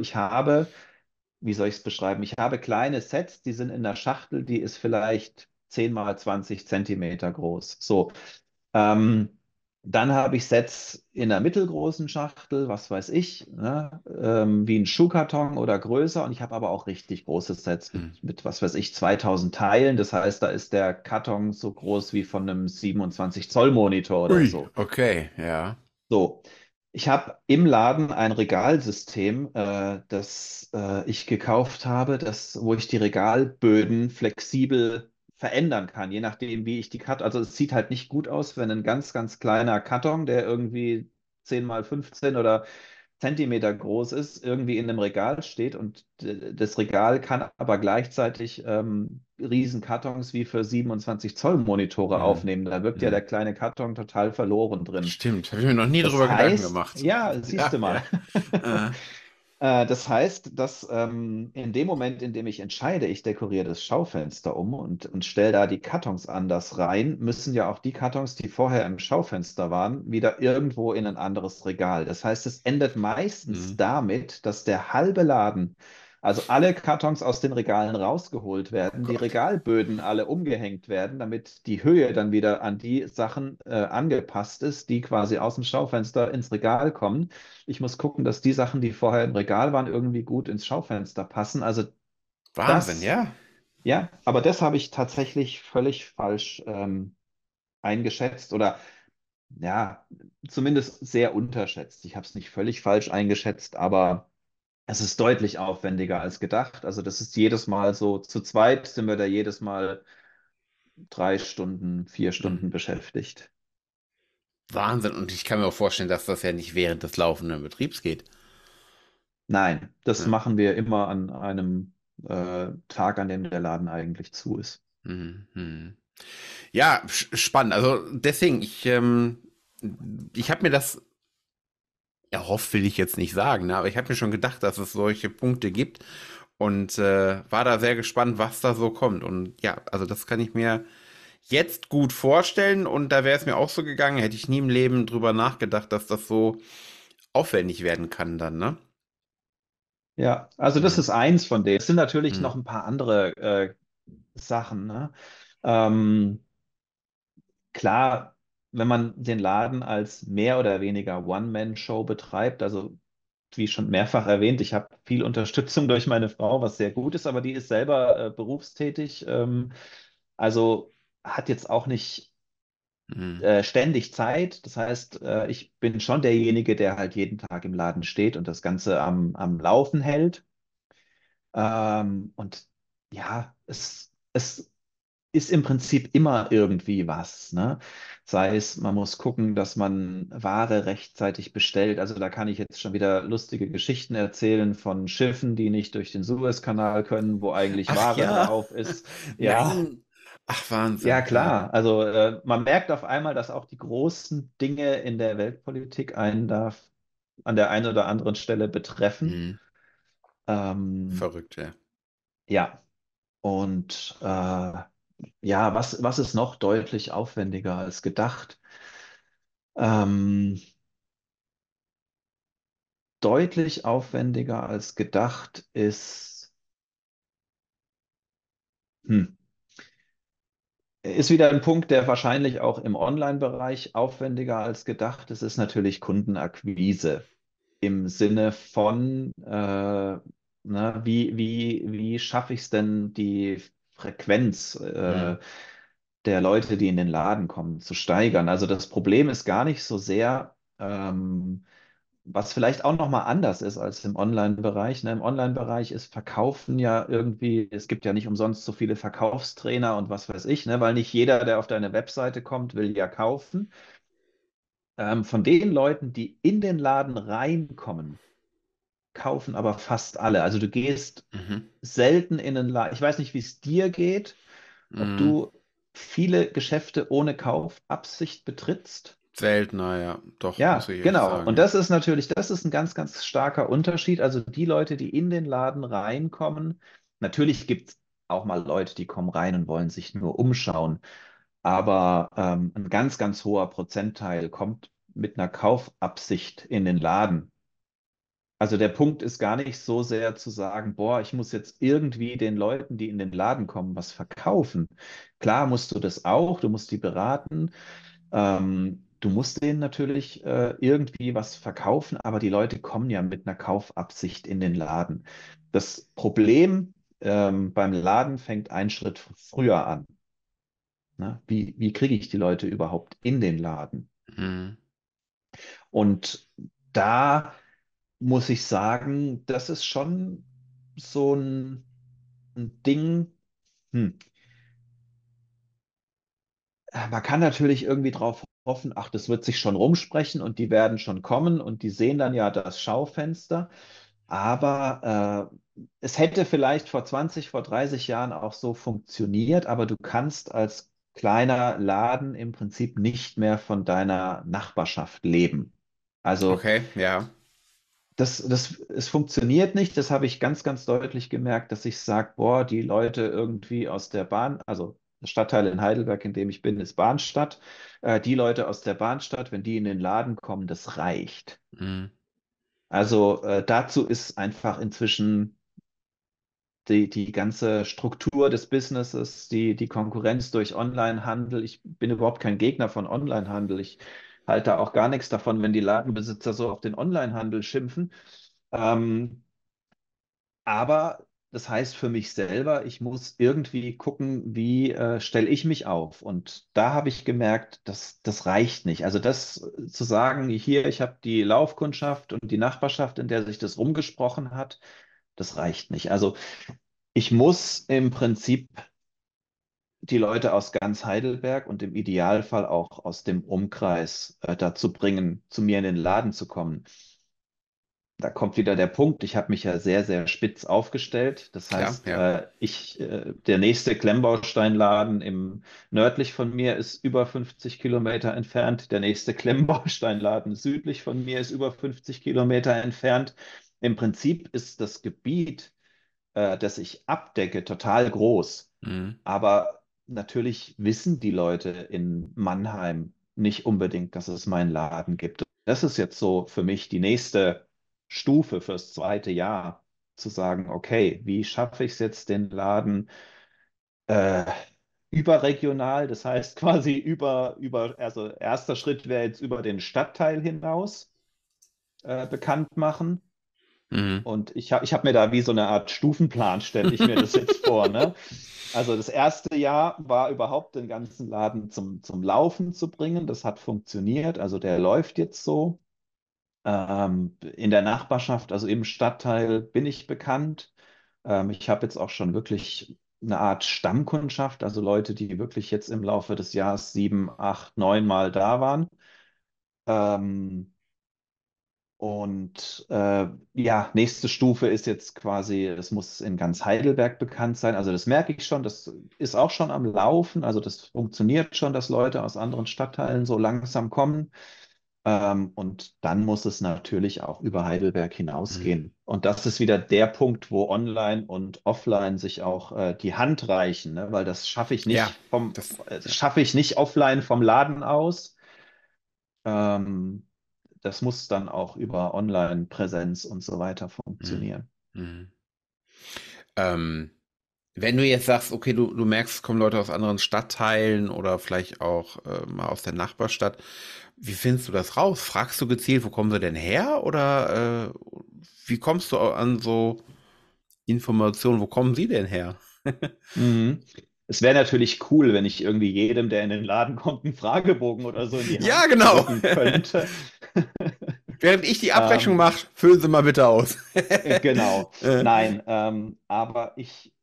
wie soll ich es beschreiben? Ich habe kleine Sets, die sind in der Schachtel, die ist vielleicht 10 mal 20 Zentimeter groß. So. Ähm, Dann habe ich Sets in einer mittelgroßen Schachtel, was weiß ich, ne, wie ein Schuhkarton oder größer. Und ich habe aber auch richtig große Sets Mhm. was weiß ich, 2000 Teilen. Das heißt, da ist der Karton so groß wie von einem 27 Zoll Monitor oder Ui, so. okay, ja. So, ich habe im Laden ein Regalsystem, das ich gekauft habe, wo ich die Regalböden flexibel verändern kann, je nachdem, wie ich die Karton. Also es sieht halt nicht gut aus, wenn ein ganz, ganz kleiner Karton, der irgendwie 10 mal 15 oder Zentimeter groß ist, irgendwie in einem Regal steht und das Regal kann aber gleichzeitig Riesenkartons wie für 27 Zoll Monitore Mhm. aufnehmen. Da wirkt ja der Mhm. kleine Karton total verloren drin. Stimmt, habe ich mir noch nie Das drüber Gedanken heißt, gemacht. ja, siehst Ja, du mal. ja. Äh, Das heißt, dass in dem Moment, in dem ich entscheide, ich dekoriere das Schaufenster um und stelle da die Kartons anders rein, müssen ja auch die Kartons, die vorher im Schaufenster waren, wieder irgendwo in ein anderes Regal. Das heißt, es endet meistens mhm. damit, dass der halbe Laden, also alle Kartons aus den Regalen rausgeholt Oh werden, die Gott. Regalböden alle umgehängt werden, damit die Höhe dann wieder an die Sachen angepasst ist, die quasi aus dem Schaufenster ins Regal kommen. Ich muss gucken, dass die Sachen, die vorher im Regal waren, irgendwie gut ins Schaufenster passen. Also Wahnsinn, das, ja. ja, aber das habe ich tatsächlich völlig falsch eingeschätzt oder ja, zumindest sehr unterschätzt. Ich habe es nicht völlig falsch eingeschätzt, aber es ist deutlich aufwendiger als gedacht. Also das ist jedes Mal so, zu zweit sind wir da jedes Mal 3 Stunden, 4 Stunden Mhm. beschäftigt. Wahnsinn. Und ich kann mir auch vorstellen, dass das ja nicht während des laufenden Betriebs geht. Nein, das Ja. machen wir immer an einem Tag, an dem der Laden eigentlich zu ist. Mhm. Mhm. Ja, spannend. Also deswegen, ich habe mir das erhofft, will ich jetzt nicht sagen, ne? Aber ich habe mir schon gedacht, dass es solche Punkte gibt und war da sehr gespannt, was da so kommt. Und ja, also das kann ich mir jetzt gut vorstellen und da wäre es mir auch so gegangen, hätte ich nie im Leben drüber nachgedacht, dass das so aufwendig werden kann dann, ne? Ja, also das Mhm. ist eins von denen. Es sind natürlich Mhm. noch ein paar andere Sachen, ne? Ähm, klar, wenn man den Laden als mehr oder weniger One-Man-Show betreibt, also wie schon mehrfach erwähnt, ich habe viel Unterstützung durch meine Frau, was sehr gut ist, aber die ist selber berufstätig, also hat jetzt auch nicht Mhm. ständig Zeit. Das heißt, ich bin schon derjenige, der halt jeden Tag im Laden steht und das Ganze am Laufen hält. Und ja, es ist im Prinzip immer irgendwie was, ne? Sei es, man muss gucken, dass man Ware rechtzeitig bestellt. Also da kann ich jetzt schon wieder lustige Geschichten erzählen von Schiffen, die nicht durch den Suezkanal können, wo eigentlich Ach Ware ja, drauf ist. Ja, nein. Ach, ja Wahnsinn, ja. klar. Also man merkt auf einmal, dass auch die großen Dinge in der Weltpolitik einen da an der einen oder anderen Stelle betreffen. Mhm. Ähm, Verrückt, ja. ja, und ja, was ist noch deutlich aufwendiger als gedacht? Ähm, Deutlich aufwendiger als gedacht hm, ist wieder ein Punkt, der wahrscheinlich auch im Online-Bereich aufwendiger als gedacht ist, ist natürlich Kundenakquise im Sinne von, wie schaffe ich es denn, die Frequenz Mhm. der Leute, die in den Laden kommen, zu steigern? Also das Problem ist gar nicht so sehr, was vielleicht auch nochmal anders ist als im Online-Bereich. Ne? Im Online-Bereich ist Verkaufen ja irgendwie, es gibt ja nicht umsonst so viele Verkaufstrainer und was weiß ich, ne? Weil nicht jeder, der auf deine Webseite kommt, will ja kaufen. Von den Leuten, die in den Laden reinkommen, kaufen aber fast alle. Also du gehst Mhm. selten in den Laden. Ich weiß nicht, wie es dir geht, ob Mhm. du viele Geschäfte ohne Kaufabsicht betrittst. Seltener, ja. Doch, muss Ja, ich echt genau. sagen, Und ja. das ist natürlich, das ist ein ganz, ganz starker Unterschied. Also die Leute, die in den Laden reinkommen, natürlich gibt es auch mal Leute, die kommen rein und wollen sich nur umschauen. Aber ein ganz, ganz hoher Prozentteil kommt mit einer Kaufabsicht in den Laden. Also der Punkt ist gar nicht so sehr zu sagen, boah, ich muss jetzt irgendwie den Leuten, die in den Laden kommen, was verkaufen. Klar musst du das auch, du musst die beraten, du musst denen natürlich irgendwie was verkaufen, aber die Leute kommen ja mit einer Kaufabsicht in den Laden. Das Problem beim Laden fängt einen Schritt früher an. Ne? Wie kriege ich die Leute überhaupt in den Laden? Mhm. Und da muss ich sagen, das ist schon so ein Ding. Hm. Man kann natürlich irgendwie drauf hoffen, ach, das wird sich schon rumsprechen und die werden schon kommen und die sehen dann ja das Schaufenster. Aber es hätte vielleicht vor 20, vor 30 Jahren auch so funktioniert, aber du kannst als kleiner Laden im Prinzip nicht mehr von deiner Nachbarschaft leben. Also Okay, ja. es funktioniert nicht. Das habe ich ganz, ganz deutlich gemerkt, dass ich sage, boah, die Leute irgendwie aus der Bahn, also der Stadtteil in Heidelberg, in dem ich bin, ist Bahnstadt. Die Leute aus der Bahnstadt, wenn die in den Laden kommen, das reicht. Mhm. Also dazu ist einfach inzwischen die ganze Struktur des Businesses, die Konkurrenz durch Onlinehandel. Ich bin überhaupt kein Gegner von Onlinehandel. Ich halte auch gar nichts davon, wenn die Ladenbesitzer so auf den Onlinehandel schimpfen. Ähm, Aber das heißt für mich selber, ich muss irgendwie gucken, wie stelle ich mich auf. Und da habe ich gemerkt, das reicht nicht. Also das zu sagen, hier, ich habe die Laufkundschaft und die Nachbarschaft, in der sich das rumgesprochen hat, das reicht nicht. Also ich muss im Prinzip die Leute aus ganz Heidelberg und im Idealfall auch aus dem Umkreis dazu bringen, zu mir in den Laden zu kommen. Da kommt wieder der Punkt, ich habe mich ja sehr, sehr spitz aufgestellt. Das Klar, heißt, ja. der nächste Klemmbausteinladen nördlich von mir ist über 50 Kilometer entfernt. Der nächste Klemmbausteinladen südlich von mir ist über 50 Kilometer entfernt. Im Prinzip ist das Gebiet, das ich abdecke, total groß. Mhm. Aber natürlich wissen die Leute in Mannheim nicht unbedingt, dass es meinen Laden gibt. Das ist jetzt so für mich die nächste Stufe fürs zweite Jahr, zu sagen, okay, wie schaffe ich es jetzt, den Laden äh, überregional, das heißt quasi also erster Schritt wäre jetzt über den Stadtteil hinaus bekannt machen. Mhm. Und ich hab mir da wie so eine Art Stufenplan, stelle ich mir das jetzt vor, ne? Also das erste Jahr war überhaupt den ganzen Laden zum Laufen zu bringen. Das hat funktioniert. Also der läuft jetzt so. In der Nachbarschaft, also im Stadtteil, bin ich bekannt. Ich habe jetzt auch schon wirklich eine Art Stammkundschaft, also Leute, die wirklich jetzt im Laufe des Jahres 7, 8, 9 Mal da waren. Ähm, ja, nächste Stufe ist jetzt quasi, es muss in ganz Heidelberg bekannt sein. Also das merke ich schon, das ist auch schon am Laufen. Also das funktioniert schon, dass Leute aus anderen Stadtteilen so langsam kommen. Und dann muss es natürlich auch über Heidelberg Mhm. hinausgehen. Und das ist wieder der Punkt, wo Online und Offline sich auch die Hand reichen, ne? Weil Ja, das, das ja. schaffe ich nicht offline vom Laden aus. Ähm, Das muss dann auch über Online-Präsenz und so weiter Mhm. funktionieren. Mhm. Ähm, Wenn du jetzt sagst, okay, du merkst, es kommen Leute aus anderen Stadtteilen oder vielleicht auch mal aus der Nachbarstadt, wie findest du das raus? Fragst du gezielt, wo kommen sie denn her? Oder wie kommst du an so Informationen, wo kommen sie denn her? Mhm. Es wäre natürlich cool, wenn ich irgendwie jedem, der in den Laden kommt, einen Fragebogen oder so in die Ja, Hand genau. drücken könnte. Während ich die Abrechnung Ähm, mache, füllen Sie mal bitte aus. genau. Äh, Nein, aber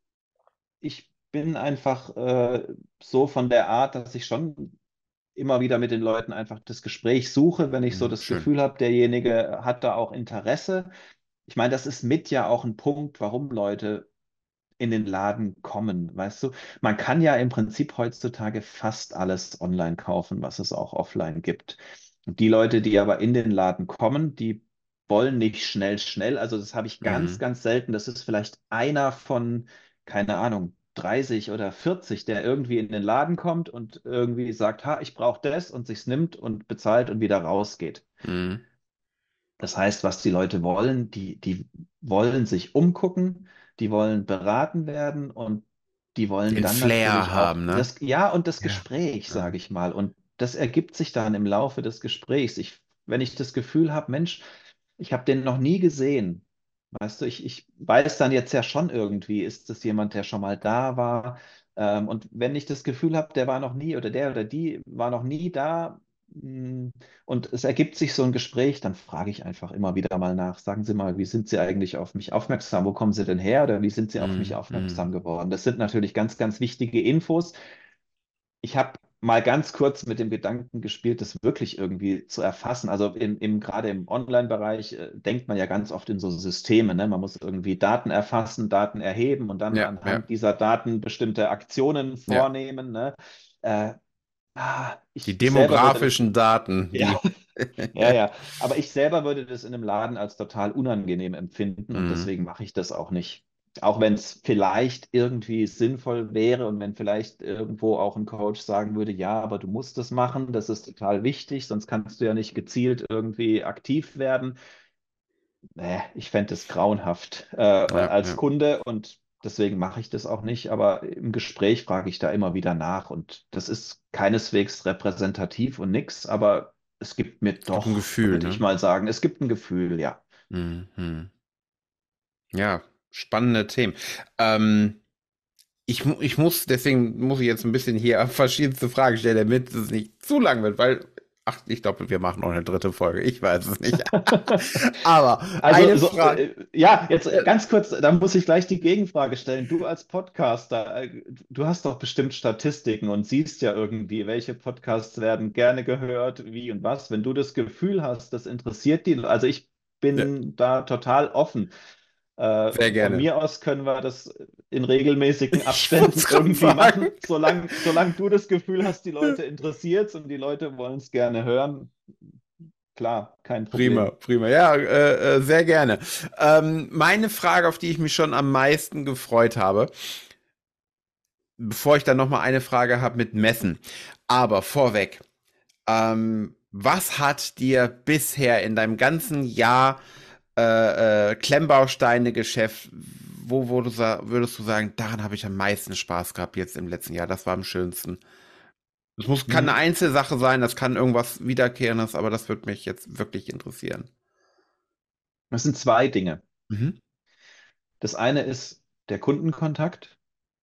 ich bin einfach so von der Art, dass ich schon immer wieder mit den Leuten einfach das Gespräch suche, wenn ich so das Schön. Gefühl habe, derjenige hat da auch Interesse. Ich meine, das ist mit ja auch ein Punkt, warum Leute in den Laden kommen, weißt du? Man kann ja im Prinzip heutzutage fast alles online kaufen, was es auch offline gibt. Und die Leute, die aber in den Laden kommen, die wollen nicht schnell, schnell. Also das habe ich ganz, Mhm. ganz selten. Das ist vielleicht einer von, keine Ahnung, 30 oder 40, der irgendwie in den Laden kommt und irgendwie sagt, ha, ich brauche das und sich's nimmt und bezahlt und wieder rausgeht. Mhm. Das heißt, was die Leute wollen, die wollen sich umgucken, die wollen beraten werden und die wollen Den dann Flair natürlich auch haben, ne? das, ja, und das Ja. Gespräch, Ja. sage ich mal. Und das ergibt sich dann im Laufe des Gesprächs. Wenn ich das Gefühl habe, Mensch, ich habe den noch nie gesehen, weißt du, ich weiß dann jetzt ja schon irgendwie, ist das jemand, der schon mal da war? Und wenn ich das Gefühl habe, der war noch nie oder der oder die war noch nie da, und es ergibt sich so ein Gespräch, dann frage ich einfach immer wieder mal nach. Sagen Sie mal, wie sind Sie eigentlich auf mich aufmerksam? Wo kommen Sie denn her? Oder wie sind Sie auf mich Mhm. aufmerksam Mhm. geworden? Das sind natürlich ganz, ganz wichtige Infos. Ich habe mal ganz kurz mit dem Gedanken gespielt, das wirklich irgendwie zu erfassen. Also gerade im Online-Bereich denkt man ja ganz oft in so Systeme, ne? Man muss irgendwie Daten erfassen, Daten erheben und dann Ja, ja, anhand dieser Daten bestimmte Aktionen ja. vornehmen, ne? Äh, Die ich selber würde das, demografischen Daten, ja, die. ja, ja. Aber ich selber würde das in einem Laden als total unangenehm empfinden und Mhm. deswegen mache ich das auch nicht. Auch wenn es vielleicht irgendwie sinnvoll wäre und wenn vielleicht irgendwo auch ein Coach sagen würde, ja, aber du musst das machen, das ist total wichtig, sonst kannst du ja nicht gezielt irgendwie aktiv werden. Nee, ich fände es grauenhaft Ja, als ja. Kunde und deswegen mache ich das auch nicht. Aber im Gespräch frage ich da immer wieder nach und das ist keineswegs repräsentativ und nix, aber es gibt mir Ich glaube, ein doch, Gefühl, würde ich ne? mal sagen, es gibt ein Gefühl, ja. Mhm. Ja, spannende Themen. Ähm, deswegen muss ich jetzt ein bisschen hier verschiedenste Fragen stellen, damit es nicht zu lang wird, weil, ach, ich glaube, wir machen noch eine dritte Folge. Ich weiß es nicht. Aber Also, eine Frage. ja, jetzt ganz kurz, da muss ich gleich die Gegenfrage stellen. Du als Podcaster, du hast doch bestimmt Statistiken und siehst ja irgendwie, welche Podcasts werden gerne gehört, wie und was. Wenn du das Gefühl hast, das interessiert die, also ich Ja, bin da total offen. sehr Von gerne. mir aus können wir das in regelmäßigen Ich wollte Abständen es gerade irgendwie sagen. machen, solange du das Gefühl hast, die Leute interessiert und die Leute wollen es gerne hören. Klar, kein Prima, Problem. prima. Ja, sehr gerne. Meine Frage, auf die ich mich schon am meisten gefreut habe, bevor ich dann noch mal eine Frage habe mit Messen. Aber vorweg, was hat dir bisher in deinem ganzen Jahr Klemmbausteine-Geschäft, würdest du sagen, daran habe ich am meisten Spaß gehabt jetzt im letzten Jahr? Das war am schönsten. Kann eine Hm. Einzelsache sein, das kann irgendwas Wiederkehrendes, aber das würde mich jetzt wirklich interessieren. Das sind zwei Dinge. Mhm. Das eine ist der Kundenkontakt.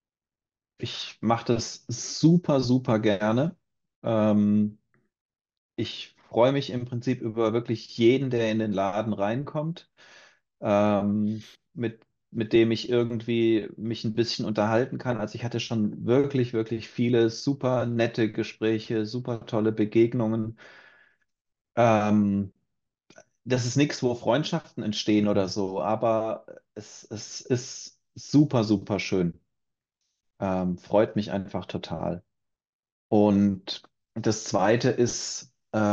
Ich mache das super, super gerne. Ähm, Ich freue mich im Prinzip über wirklich jeden, der in den Laden reinkommt. Ähm, mit mit dem ich irgendwie mich ein bisschen unterhalten kann. Also ich hatte schon wirklich, wirklich viele super nette Gespräche, super tolle Begegnungen. Ähm, Das ist nichts, wo Freundschaften entstehen oder so, aber es ist super, super schön. Freut mich einfach total. Und das Zweite ist,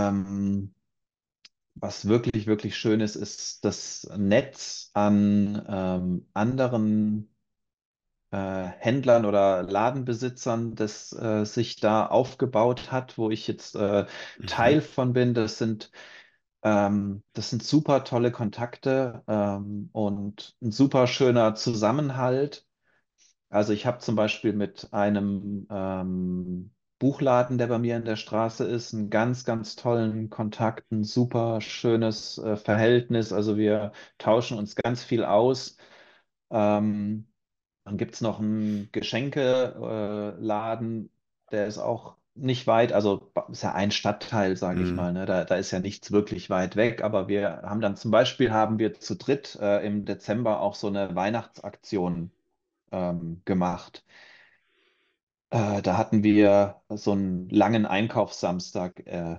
was wirklich, wirklich schön ist, ist das Netz an anderen Händlern oder Ladenbesitzern, das sich da aufgebaut hat, wo ich jetzt Mhm. Teil von bin. Das sind super tolle Kontakte und ein super schöner Zusammenhalt. Also ich habe zum Beispiel mit einem Buchladen, der bei mir in der Straße ist, einen ganz, ganz tollen Kontakt, ein super schönes Verhältnis. Also wir tauschen uns ganz viel aus. Ähm, Dann gibt es noch einen Geschenkeladen, der ist auch nicht weit, also ist ja ein Stadtteil, sage ich Mhm. mal, ne? Da ist ja nichts wirklich weit weg, aber wir haben dann zum Beispiel, haben wir zu dritt im Dezember auch so eine Weihnachtsaktion gemacht. Da hatten wir so einen langen Einkaufssamstag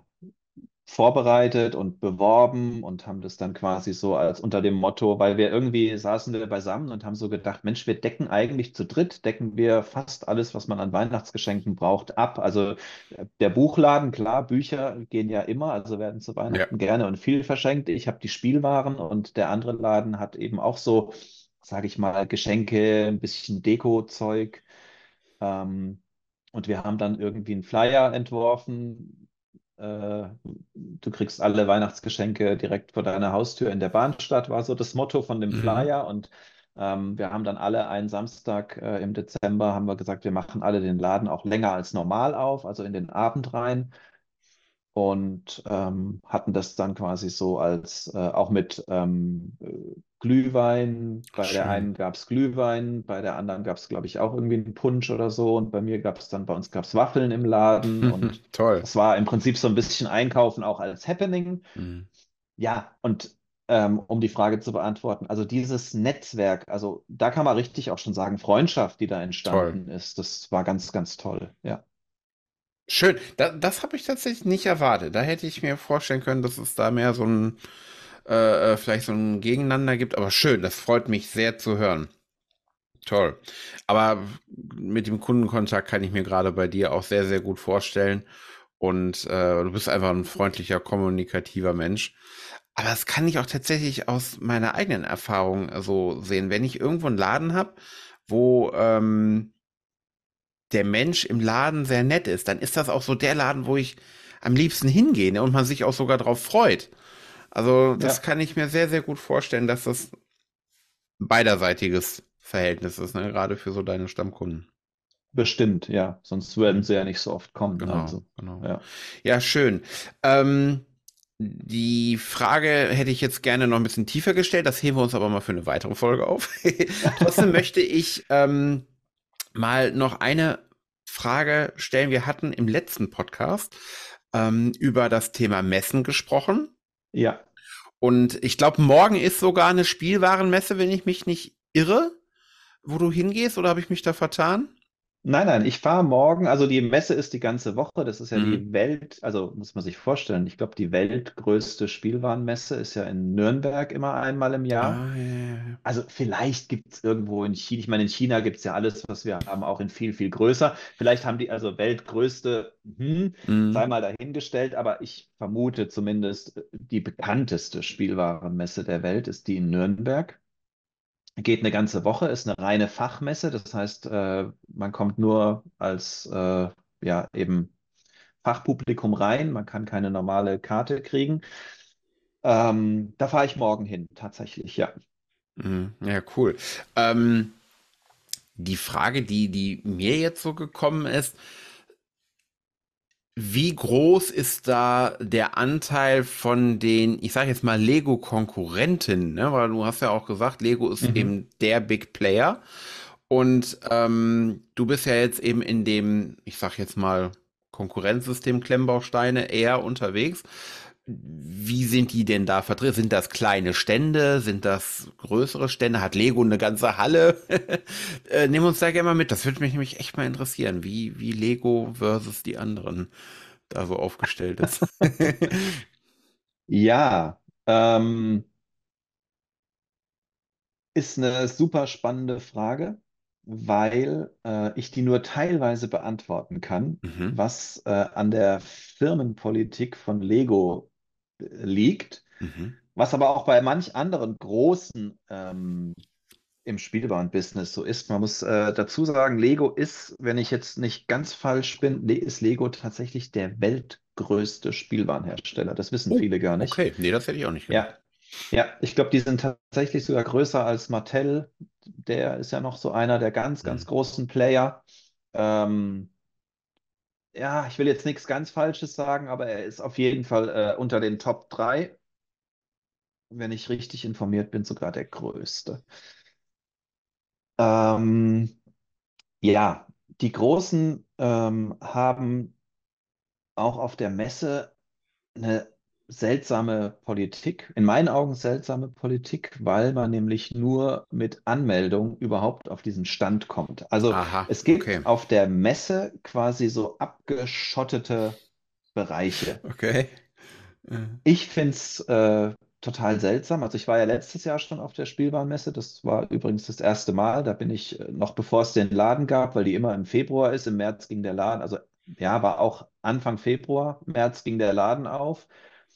vorbereitet und beworben und haben das dann quasi so als unter dem Motto, weil wir irgendwie saßen wir beisammen und haben so gedacht, Mensch, wir decken eigentlich zu dritt, decken wir fast alles, was man an Weihnachtsgeschenken braucht, ab. Also der Buchladen, klar, Bücher gehen ja immer, also werden zu Ja. Weihnachten gerne und viel verschenkt. Ich habe die Spielwaren und der andere Laden hat eben auch so, sage ich mal, Geschenke, ein bisschen Deko-Zeug. Ähm, und wir haben dann irgendwie einen Flyer entworfen. Du kriegst alle Weihnachtsgeschenke direkt vor deiner Haustür in der Bahnstadt, war so das Motto von dem Mhm. Flyer. Und wir haben dann alle einen Samstag im Dezember, haben wir gesagt, wir machen alle den Laden auch länger als normal auf, also in den Abend rein und hatten das dann quasi so als auch mit Glühwein. Ach, Bei der schön. einen gab es Glühwein, bei der anderen gab es, glaube ich, auch irgendwie einen Punsch oder so. Und bei mir gab es dann, bei uns gab es Waffeln im Laden und Toll. das war im Prinzip so ein bisschen Einkaufen auch als Happening. Mhm. Ja, und um die Frage zu beantworten, also dieses Netzwerk, also da kann man richtig auch schon sagen, Freundschaft, die da Toll. entstanden ist, das war ganz, ganz toll. Ja, Schön. Das habe ich tatsächlich nicht erwartet. Da hätte ich mir vorstellen können, dass es da mehr so ein, vielleicht so ein Gegeneinander gibt. Aber schön, das freut mich sehr zu hören. Toll. Aber mit dem Kundenkontakt kann ich mir gerade bei dir auch sehr, sehr gut vorstellen. Und du bist einfach ein freundlicher, kommunikativer Mensch. Aber das kann ich auch tatsächlich aus meiner eigenen Erfahrung so sehen. Wenn ich irgendwo einen Laden habe, wo der Mensch im Laden sehr nett ist, dann ist das auch so der Laden, wo ich am liebsten hingehe, ne, und man sich auch sogar drauf freut. Also das ja. kann ich mir sehr, sehr gut vorstellen, dass das beiderseitiges Verhältnis ist, ne, gerade für so deine Stammkunden. Bestimmt, ja. Sonst würden Hm, sie ja nicht so oft kommen. genau, Also, genau. ja. Ja, schön. Ähm, Die Frage hätte ich jetzt gerne noch ein bisschen tiefer gestellt. Das heben wir uns aber mal für eine weitere Folge auf. Trotzdem möchte ich mal noch eine Frage stellen. Wir hatten im letzten Podcast über das Thema Messen gesprochen. Ja. Und ich glaube, morgen ist sogar eine Spielwarenmesse, wenn ich mich nicht irre, wo du hingehst, oder habe ich mich da vertan? Nein, nein, ich fahre morgen. Also die Messe ist die ganze Woche. Das ist ja Mhm. die Welt, also muss man sich vorstellen. Ich glaube, die weltgrößte Spielwarenmesse ist ja in Nürnberg immer einmal im Jahr. Ah, ja, ja, ja. Also vielleicht gibt es irgendwo in China, ich meine, in China gibt es ja alles, was wir haben, auch in viel, viel größer. Vielleicht haben die also weltgrößte, sei Mhm. mal dahingestellt, aber ich vermute zumindest, die bekannteste Spielwarenmesse der Welt ist die in Nürnberg. Geht eine ganze Woche, ist eine reine Fachmesse. Das heißt, man kommt nur als ja, eben Fachpublikum rein. Man kann keine normale Karte kriegen. Da fahre ich morgen hin, tatsächlich, ja. Mhm. Ja, cool. Die Frage, die mir jetzt so gekommen ist, wie groß ist da der Anteil von den, ich sage jetzt mal Lego-Konkurrenten, ne? Weil du hast ja auch gesagt, Lego ist Mhm. eben der Big Player. Und du bist ja jetzt eben in dem, ich sag jetzt mal, Konkurrenzsystem Klemmbausteine eher unterwegs. Wie sind die denn da vertreten? Sind das kleine Stände? Sind das größere Stände? Hat Lego eine ganze Halle? Nimm uns da gerne mal mit. Das würde mich nämlich echt mal interessieren, wie Lego versus die anderen da so aufgestellt ist. Ja, ist eine super spannende Frage, weil ich die nur teilweise beantworten kann, Mhm, was an der Firmenpolitik von Lego liegt, mhm. was aber auch bei manch anderen großen im Spielwarenbusiness so ist. Man muss dazu sagen, Lego ist, wenn ich jetzt nicht ganz falsch bin, ist Lego tatsächlich der weltgrößte Spielwarenhersteller. Das wissen Oh, viele gar nicht. okay. Nee, das hätte ich auch nicht gedacht. Ja, ja, ich glaube, die sind tatsächlich sogar größer als Mattel. Der ist ja noch so einer der ganz, ganz Mhm. großen Player. Ähm, ja, ich will jetzt nichts ganz Falsches sagen, aber er ist auf jeden Fall unter den Top 3, wenn ich richtig informiert bin, sogar der größte. Ähm, ja, die Großen haben auch auf der Messe eine seltsame Politik, in meinen Augen seltsame Politik, weil man nämlich nur mit Anmeldung überhaupt auf diesen Stand kommt. Also Aha, es okay. gibt auf der Messe quasi so abgeschottete Bereiche. Okay. Äh, Ich finde es total seltsam. Also ich war ja letztes Jahr schon auf der Spielwarenmesse. Das war übrigens das erste Mal. Da bin ich noch bevor es den Laden gab, weil die immer im Februar ist. Im März ging der Laden, also ja, war auch Anfang Februar. März ging der Laden auf.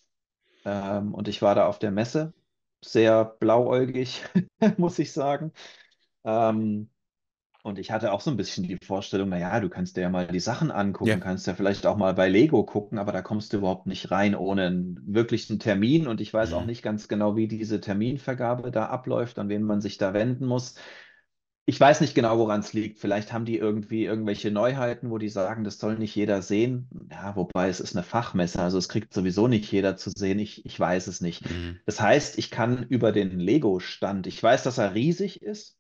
Und ich war da auf der Messe, sehr blauäugig, muss ich sagen. Ähm, und ich hatte auch so ein bisschen die Vorstellung, naja, du kannst dir ja mal die Sachen Ja. angucken, kannst ja vielleicht auch mal bei Lego gucken, aber da kommst du überhaupt nicht rein ohne einen wirklichen Termin. Und ich weiß auch Mhm. nicht ganz genau, wie diese Terminvergabe da abläuft, an wen man sich da wenden muss. Ich weiß nicht genau, woran es liegt. Vielleicht haben die irgendwie irgendwelche Neuheiten, wo die sagen, das soll nicht jeder sehen. Ja, wobei es ist eine Fachmesse, also es kriegt sowieso nicht jeder zu sehen. Ich weiß es nicht. Mhm. Das heißt, ich kann über den Lego-Stand, ich weiß, dass er riesig ist,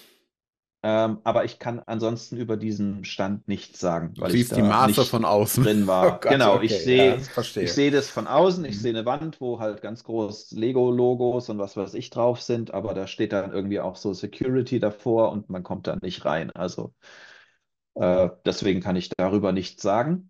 aber ich kann ansonsten über diesen Stand nichts sagen, Du weil ich siehst die da Maße von nicht außen. drin Oh war. Gott, Genau, okay, ja, das ich verstehe. sehe das von außen, ich Mhm. sehe eine Wand, wo halt ganz groß Lego-Logos und was weiß ich drauf sind, aber da steht dann irgendwie auch so Security davor und man kommt da nicht rein. Also deswegen kann ich darüber nichts sagen.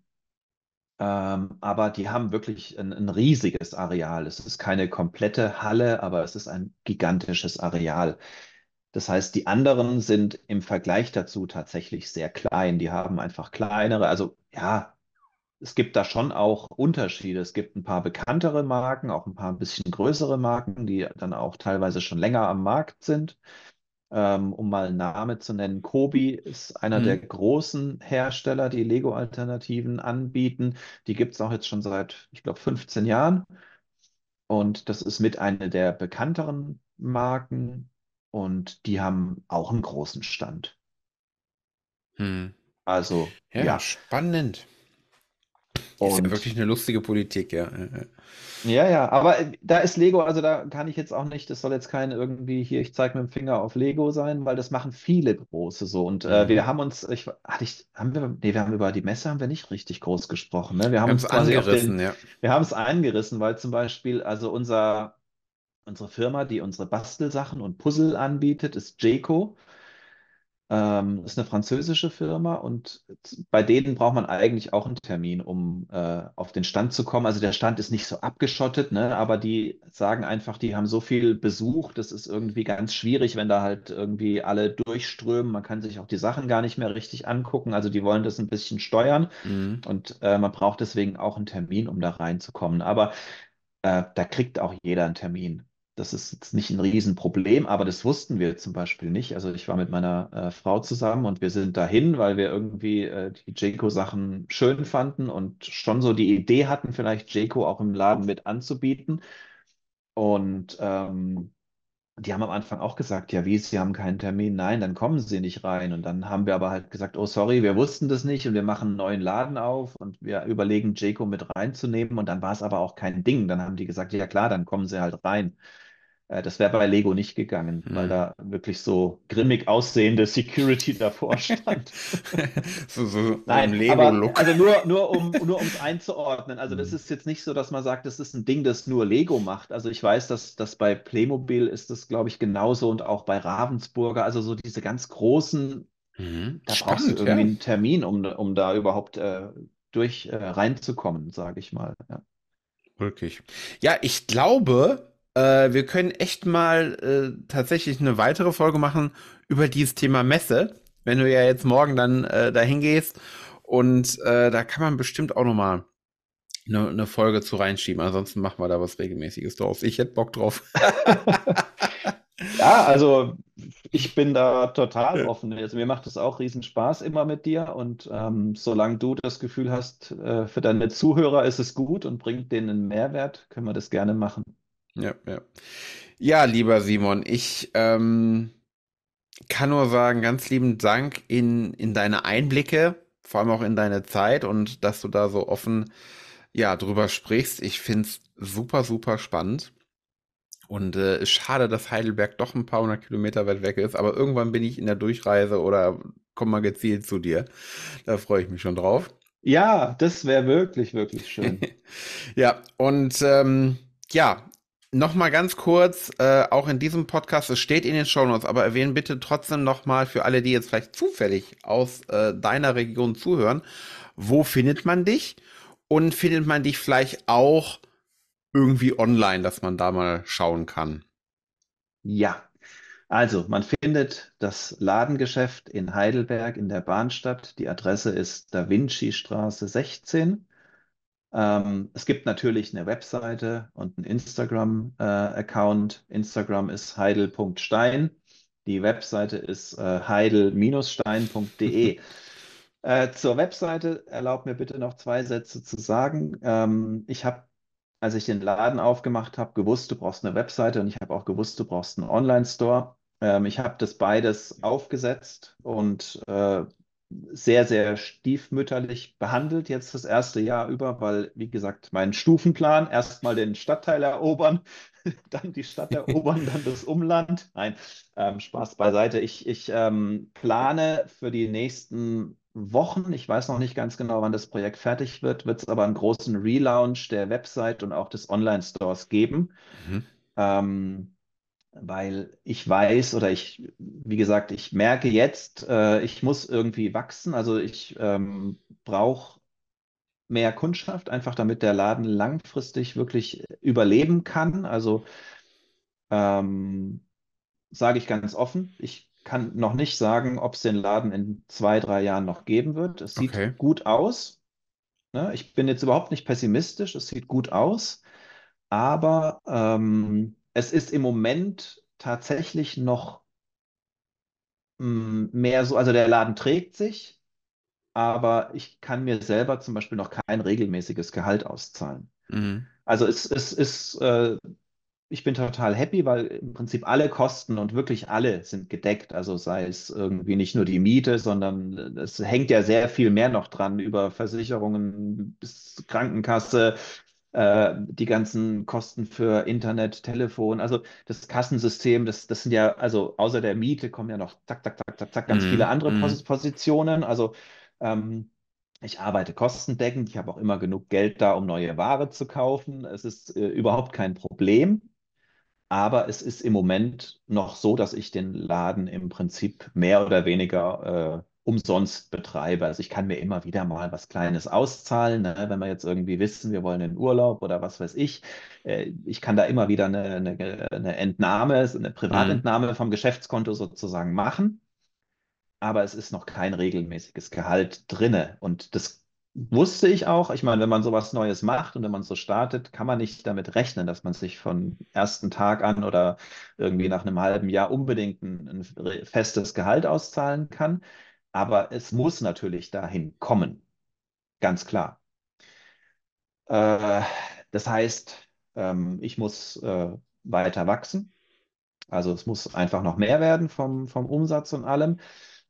Aber die haben wirklich ein riesiges Areal. Es ist keine komplette Halle, aber es ist ein gigantisches Areal. Das heißt, die anderen sind im Vergleich dazu tatsächlich sehr klein. Die haben einfach kleinere, also ja, es gibt da schon auch Unterschiede. Es gibt ein paar bekanntere Marken, auch ein paar ein bisschen größere Marken, die dann auch teilweise schon länger am Markt sind. Um mal einen Namen zu nennen, Kobi ist einer der Mhm. großen Hersteller, die Lego-Alternativen anbieten. Die gibt es auch jetzt schon seit, ich glaube, 15 Jahren. Und das ist mit einer der bekannteren Marken. Und die haben auch einen großen Stand. Mhm. Also Ja, ja. spannend. Ist ja Und wirklich eine lustige Politik, ja. ja, ja, aber da ist Lego, also da kann ich jetzt auch nicht, das soll jetzt kein irgendwie hier, ich zeige mit dem Finger auf Lego sein, weil das machen viele große so. Und Mhm. wir haben uns, haben wir, nee, wir haben über die Messe haben wir nicht richtig groß gesprochen, ne? Wir Wir haben haben es uns quasi angerissen, ja. wir haben es eingerissen, weil zum Beispiel, also unsere Firma, die unsere Bastelsachen und Puzzle anbietet, ist Jayco. Ist eine französische Firma und bei denen braucht man eigentlich auch einen Termin, um auf den Stand zu kommen. Also der Stand ist nicht so abgeschottet, ne, aber die sagen einfach, die haben so viel Besuch, das ist irgendwie ganz schwierig, wenn da halt irgendwie alle durchströmen. Man kann sich auch die Sachen gar nicht mehr richtig angucken. Also die wollen das ein bisschen steuern Mhm. und man braucht deswegen auch einen Termin, um da reinzukommen. Aber da kriegt auch jeder einen Termin. Das ist jetzt nicht ein Riesenproblem, aber das wussten wir zum Beispiel nicht. Also ich war mit meiner Frau zusammen und wir sind dahin, weil wir irgendwie die Jayco-Sachen schön fanden und schon so die Idee hatten, vielleicht Jayco auch im Laden mit anzubieten. Und die haben am Anfang auch gesagt, ja, wie, Sie haben keinen Termin? Nein, dann kommen Sie nicht rein. Und dann haben wir aber halt gesagt, oh, sorry, wir wussten das nicht und wir machen einen neuen Laden auf und wir überlegen, Jayco mit reinzunehmen. Und dann war es aber auch kein Ding. Dann haben die gesagt, ja klar, dann kommen Sie halt rein. Das wäre bei Lego nicht gegangen, weil Hm. da wirklich so grimmig aussehende Security davor stand. So im Nein, aber Lego-Look. also nur um es einzuordnen. Also das Hm. ist jetzt nicht so, dass man sagt, das ist ein Ding, das nur Lego macht. Also ich weiß, dass bei Playmobil ist das, glaube ich, genauso und auch bei Ravensburger. Also so diese ganz großen, Mhm. da brauchst du Spannend, irgendwie ja. einen Termin, um da überhaupt durch reinzukommen, sage ich mal. Ja. Wirklich. Ja, ich glaube, wir können echt mal tatsächlich eine weitere Folge machen über dieses Thema Messe, wenn du ja jetzt morgen dann dahin gehst. Und da kann man bestimmt auch noch mal eine Folge zu reinschieben. Ansonsten machen wir da was Regelmäßiges draus. Ich hätte Bock drauf. Ja, also ich bin da total offen. Also mir macht es auch riesen Spaß immer mit dir und solange du das Gefühl hast, für deine Zuhörer ist es gut und bringt denen einen Mehrwert, können wir das gerne machen. Ja, ja. Ja, lieber Simon, ich kann nur sagen, ganz lieben Dank in deine Einblicke, vor allem auch in deine Zeit und dass du da so offen, ja, drüber sprichst. Ich find's super, super spannend. Und ist schade, dass Heidelberg doch ein paar hundert Kilometer weit weg ist, aber irgendwann bin ich in der Durchreise oder komm mal gezielt zu dir. Da freue ich mich schon drauf. Ja, das wäre wirklich, wirklich schön. Ja, und ja, nochmal ganz kurz, auch in diesem Podcast, es steht in den Shownotes, aber erwähnen bitte trotzdem nochmal für alle, die jetzt vielleicht zufällig aus deiner Region zuhören, wo findet man dich? Und findet man dich vielleicht auch irgendwie online, dass man da mal schauen kann? Ja, also man findet das Ladengeschäft in Heidelberg in der Bahnstadt. Die Adresse ist Da Vinci Straße 16. Es gibt natürlich eine Webseite und einen Instagram-Account. Instagram ist heidel.stein. Die Webseite ist heidel-stein.de. Zur Webseite erlaubt mir bitte noch zwei Sätze zu sagen. Ich habe, als ich den Laden aufgemacht habe, gewusst, du brauchst eine Webseite und ich habe auch gewusst, du brauchst einen Online-Store. Ich habe das beides aufgesetzt und sehr, sehr stiefmütterlich behandelt jetzt das erste Jahr über, weil, wie gesagt, mein Stufenplan, erstmal den Stadtteil erobern, dann die Stadt erobern, dann das Umland. Nein, Spaß beiseite. Ich plane für die nächsten Wochen, ich weiß noch nicht ganz genau, wann das Projekt fertig wird es aber einen großen Relaunch der Website und auch des Online-Stores geben. Mhm. Ähm, Weil ich weiß oder wie gesagt, ich merke jetzt, ich muss irgendwie wachsen. Also ich brauche mehr Kundschaft, einfach damit der Laden langfristig wirklich überleben kann. Also ähm, sage ich ganz offen, ich kann noch nicht sagen, ob es den Laden in 2, 3 Jahren noch geben wird. Es sieht Okay. gut aus. Ne? Ich bin jetzt überhaupt nicht pessimistisch. Es sieht gut aus. Aber es ist im Moment tatsächlich noch mehr so, also der Laden trägt sich, aber ich kann mir selber zum Beispiel noch kein regelmäßiges Gehalt auszahlen. Mhm. Also es ist, ich bin total happy, weil im Prinzip alle Kosten und wirklich alle sind gedeckt. Also sei es irgendwie nicht nur die Miete, sondern es hängt ja sehr viel mehr noch dran über Versicherungen bis Krankenkasse, die ganzen Kosten für Internet, Telefon, also das Kassensystem, das sind ja, also außer der Miete kommen ja noch zack, zack, zack, zack, zack, ganz viele Mhm. andere Mhm. Positionen. Also ähm, ich arbeite kostendeckend, ich habe auch immer genug Geld da, um neue Ware zu kaufen. Es ist überhaupt kein Problem. Aber es ist im Moment noch so, dass ich den Laden im Prinzip mehr oder weniger umsonst betreibe. Also ich kann mir immer wieder mal was Kleines auszahlen, ne? Wenn wir jetzt irgendwie wissen, wir wollen in Urlaub oder was weiß ich. Ich kann da immer wieder eine Entnahme, so eine Mhm. Privatentnahme vom Geschäftskonto sozusagen machen, aber es ist noch kein regelmäßiges Gehalt drinne. Und das wusste ich auch. Ich meine, wenn man sowas Neues macht und wenn man so startet, kann man nicht damit rechnen, dass man sich von ersten Tag an oder irgendwie nach einem halben Jahr unbedingt ein festes Gehalt auszahlen kann. Aber es muss natürlich dahin kommen, ganz klar. Äh, Das heißt, ich muss weiter wachsen. Also es muss einfach noch mehr werden vom Umsatz und allem.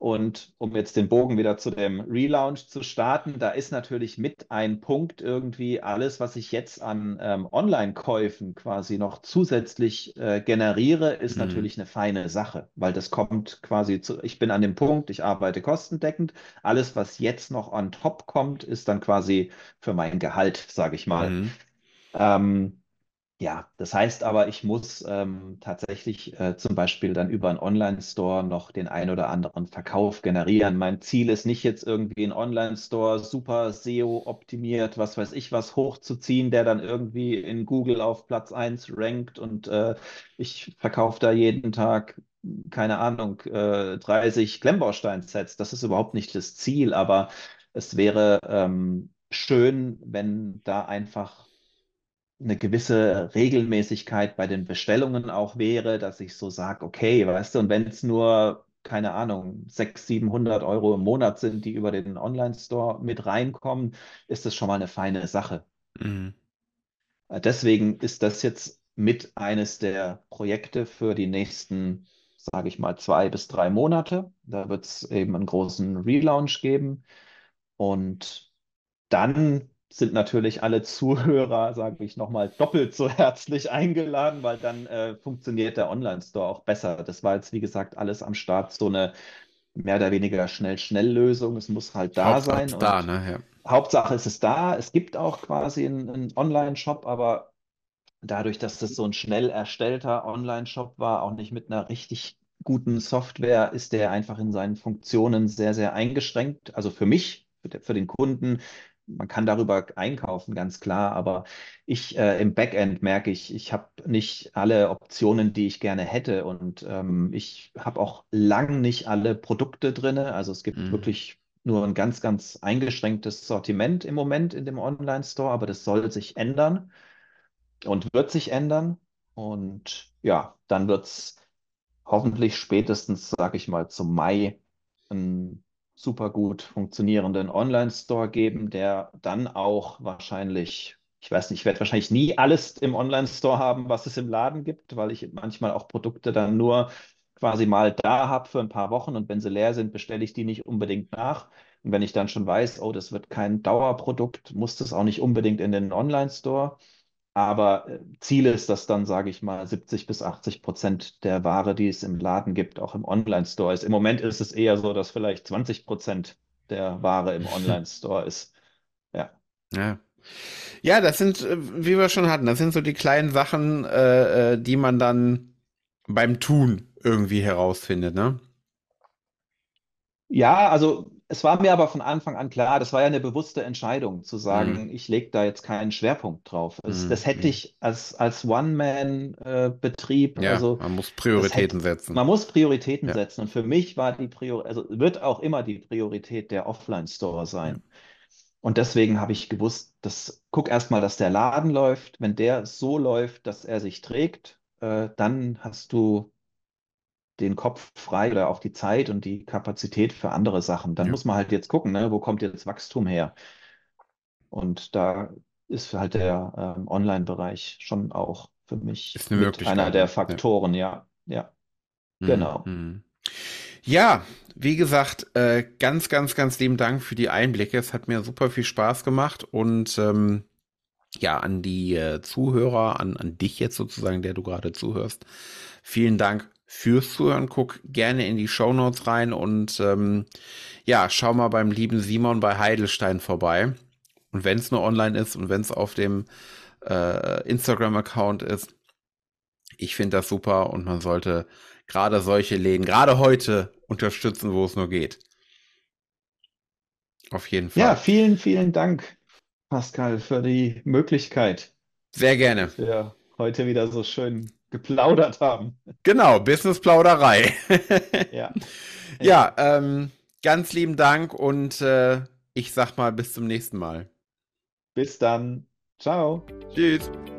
Und um jetzt den Bogen wieder zu dem Relaunch zu starten, da ist natürlich mit ein Punkt irgendwie alles, was ich jetzt an Online-Käufen quasi noch zusätzlich generiere, ist Mhm. natürlich eine feine Sache, weil das kommt quasi zu, ich bin an dem Punkt, ich arbeite kostendeckend. Alles, was jetzt noch on top kommt, ist dann quasi für mein Gehalt, sage ich mal. Mhm. Ähm, ja, das heißt aber, ich muss tatsächlich zum Beispiel dann über einen Online-Store noch den ein oder anderen Verkauf generieren. Mein Ziel ist nicht jetzt irgendwie einen Online-Store super SEO-optimiert, was weiß ich was, hochzuziehen, der dann irgendwie in Google auf Platz eins rankt und ich verkaufe da jeden Tag, keine Ahnung, 30 Klemmbaustein-Sets. Das ist überhaupt nicht das Ziel, aber es wäre schön, wenn da einfach eine gewisse Regelmäßigkeit bei den Bestellungen auch wäre, dass ich so sage, okay, weißt du, und wenn es nur, keine Ahnung, 600, 700 € im Monat sind, die über den Online-Store mit reinkommen, ist das schon mal eine feine Sache. Mhm. Deswegen ist das jetzt mit eines der Projekte für die nächsten, sage ich mal, 2 bis 3 Monate. Da wird es eben einen großen Relaunch geben. Und dann sind natürlich alle Zuhörer, sage ich nochmal, doppelt so herzlich eingeladen, weil dann funktioniert der Online-Store auch besser. Das war jetzt, wie gesagt, alles am Start so eine mehr oder weniger Schnell-Schnell-Lösung. Es muss halt da Hauptsache sein ist da, und ne? Ja. Hauptsache ist es da. Es gibt auch quasi einen Online-Shop, aber dadurch, dass das so ein schnell erstellter Online-Shop war, auch nicht mit einer richtig guten Software, ist der einfach in seinen Funktionen sehr, sehr eingeschränkt. Also für mich, für den Kunden, man kann darüber einkaufen, ganz klar, aber ich im Backend merke ich habe nicht alle Optionen, die ich gerne hätte und ich habe auch lang nicht alle Produkte drin. Also es gibt Mhm. wirklich nur ein ganz, ganz eingeschränktes Sortiment im Moment in dem Online-Store, aber das soll sich ändern und wird sich ändern. Und ja, dann wird es hoffentlich spätestens, sage ich mal, zum Mai einen super gut funktionierenden Online-Store geben, der dann auch wahrscheinlich, ich weiß nicht, ich werde wahrscheinlich nie alles im Online-Store haben, was es im Laden gibt, weil ich manchmal auch Produkte dann nur quasi mal da habe für ein paar Wochen und wenn sie leer sind, bestelle ich die nicht unbedingt nach. Und wenn ich dann schon weiß, oh, das wird kein Dauerprodukt, muss das auch nicht unbedingt in den Online-Store. Aber Ziel ist, dass dann, sage ich mal, 70 bis 80% der Ware, die es im Laden gibt, auch im Online-Store ist. Im Moment ist es eher so, dass vielleicht 20% der Ware im Online-Store ist. Ja. Ja. Ja, das sind, wie wir schon hatten, das sind so die kleinen Sachen, die man dann beim Tun irgendwie herausfindet, ne? Ja, also es war mir aber von Anfang an klar, das war ja eine bewusste Entscheidung, zu Mhm. sagen, ich lege da jetzt keinen Schwerpunkt drauf. Das Mhm. hätte Mhm. ich als One-Man-Betrieb, Ja, also man muss das hätte, Prioritäten setzen. man muss Prioritäten Ja. setzen. Und für mich war die Priorität, also wird auch immer die Priorität der Offline-Store Ja. sein. Und deswegen habe ich gewusst, guck erstmal, dass der Laden läuft. Wenn der so läuft, dass er sich trägt, dann hast du den Kopf frei oder auch die Zeit und die Kapazität für andere Sachen. Dann Ja. muss man halt jetzt gucken, ne, wo kommt jetzt Wachstum her? Und da ist halt der Online-Bereich schon auch für mich Ist eine mit einer Möglichkeit, der ne? Ja. Faktoren, ja, ja, Mhm. genau. Mhm. Ja, wie gesagt, ganz, ganz, ganz lieben Dank für die Einblicke. Es hat mir super viel Spaß gemacht und ja, an die Zuhörer, an dich jetzt sozusagen, der du gerade zuhörst. Vielen Dank fürs Zuhören. Guck gerne in die Shownotes rein und ja, schau mal beim lieben Simon bei Heidelstein vorbei. Und wenn es nur online ist und wenn es auf dem Instagram-Account ist, ich finde das super und man sollte gerade solche Läden, gerade heute, unterstützen, wo es nur geht. Auf jeden Ja, Fall. vielen, vielen Dank, Pascal, für die Möglichkeit, Sehr gerne. dass wir heute wieder so schön geplaudert haben. Genau, Business-Plauderei. Ja, ja. Ja, ganz lieben Dank und ich sag mal bis zum nächsten Mal. Bis dann. Ciao. Tschüss.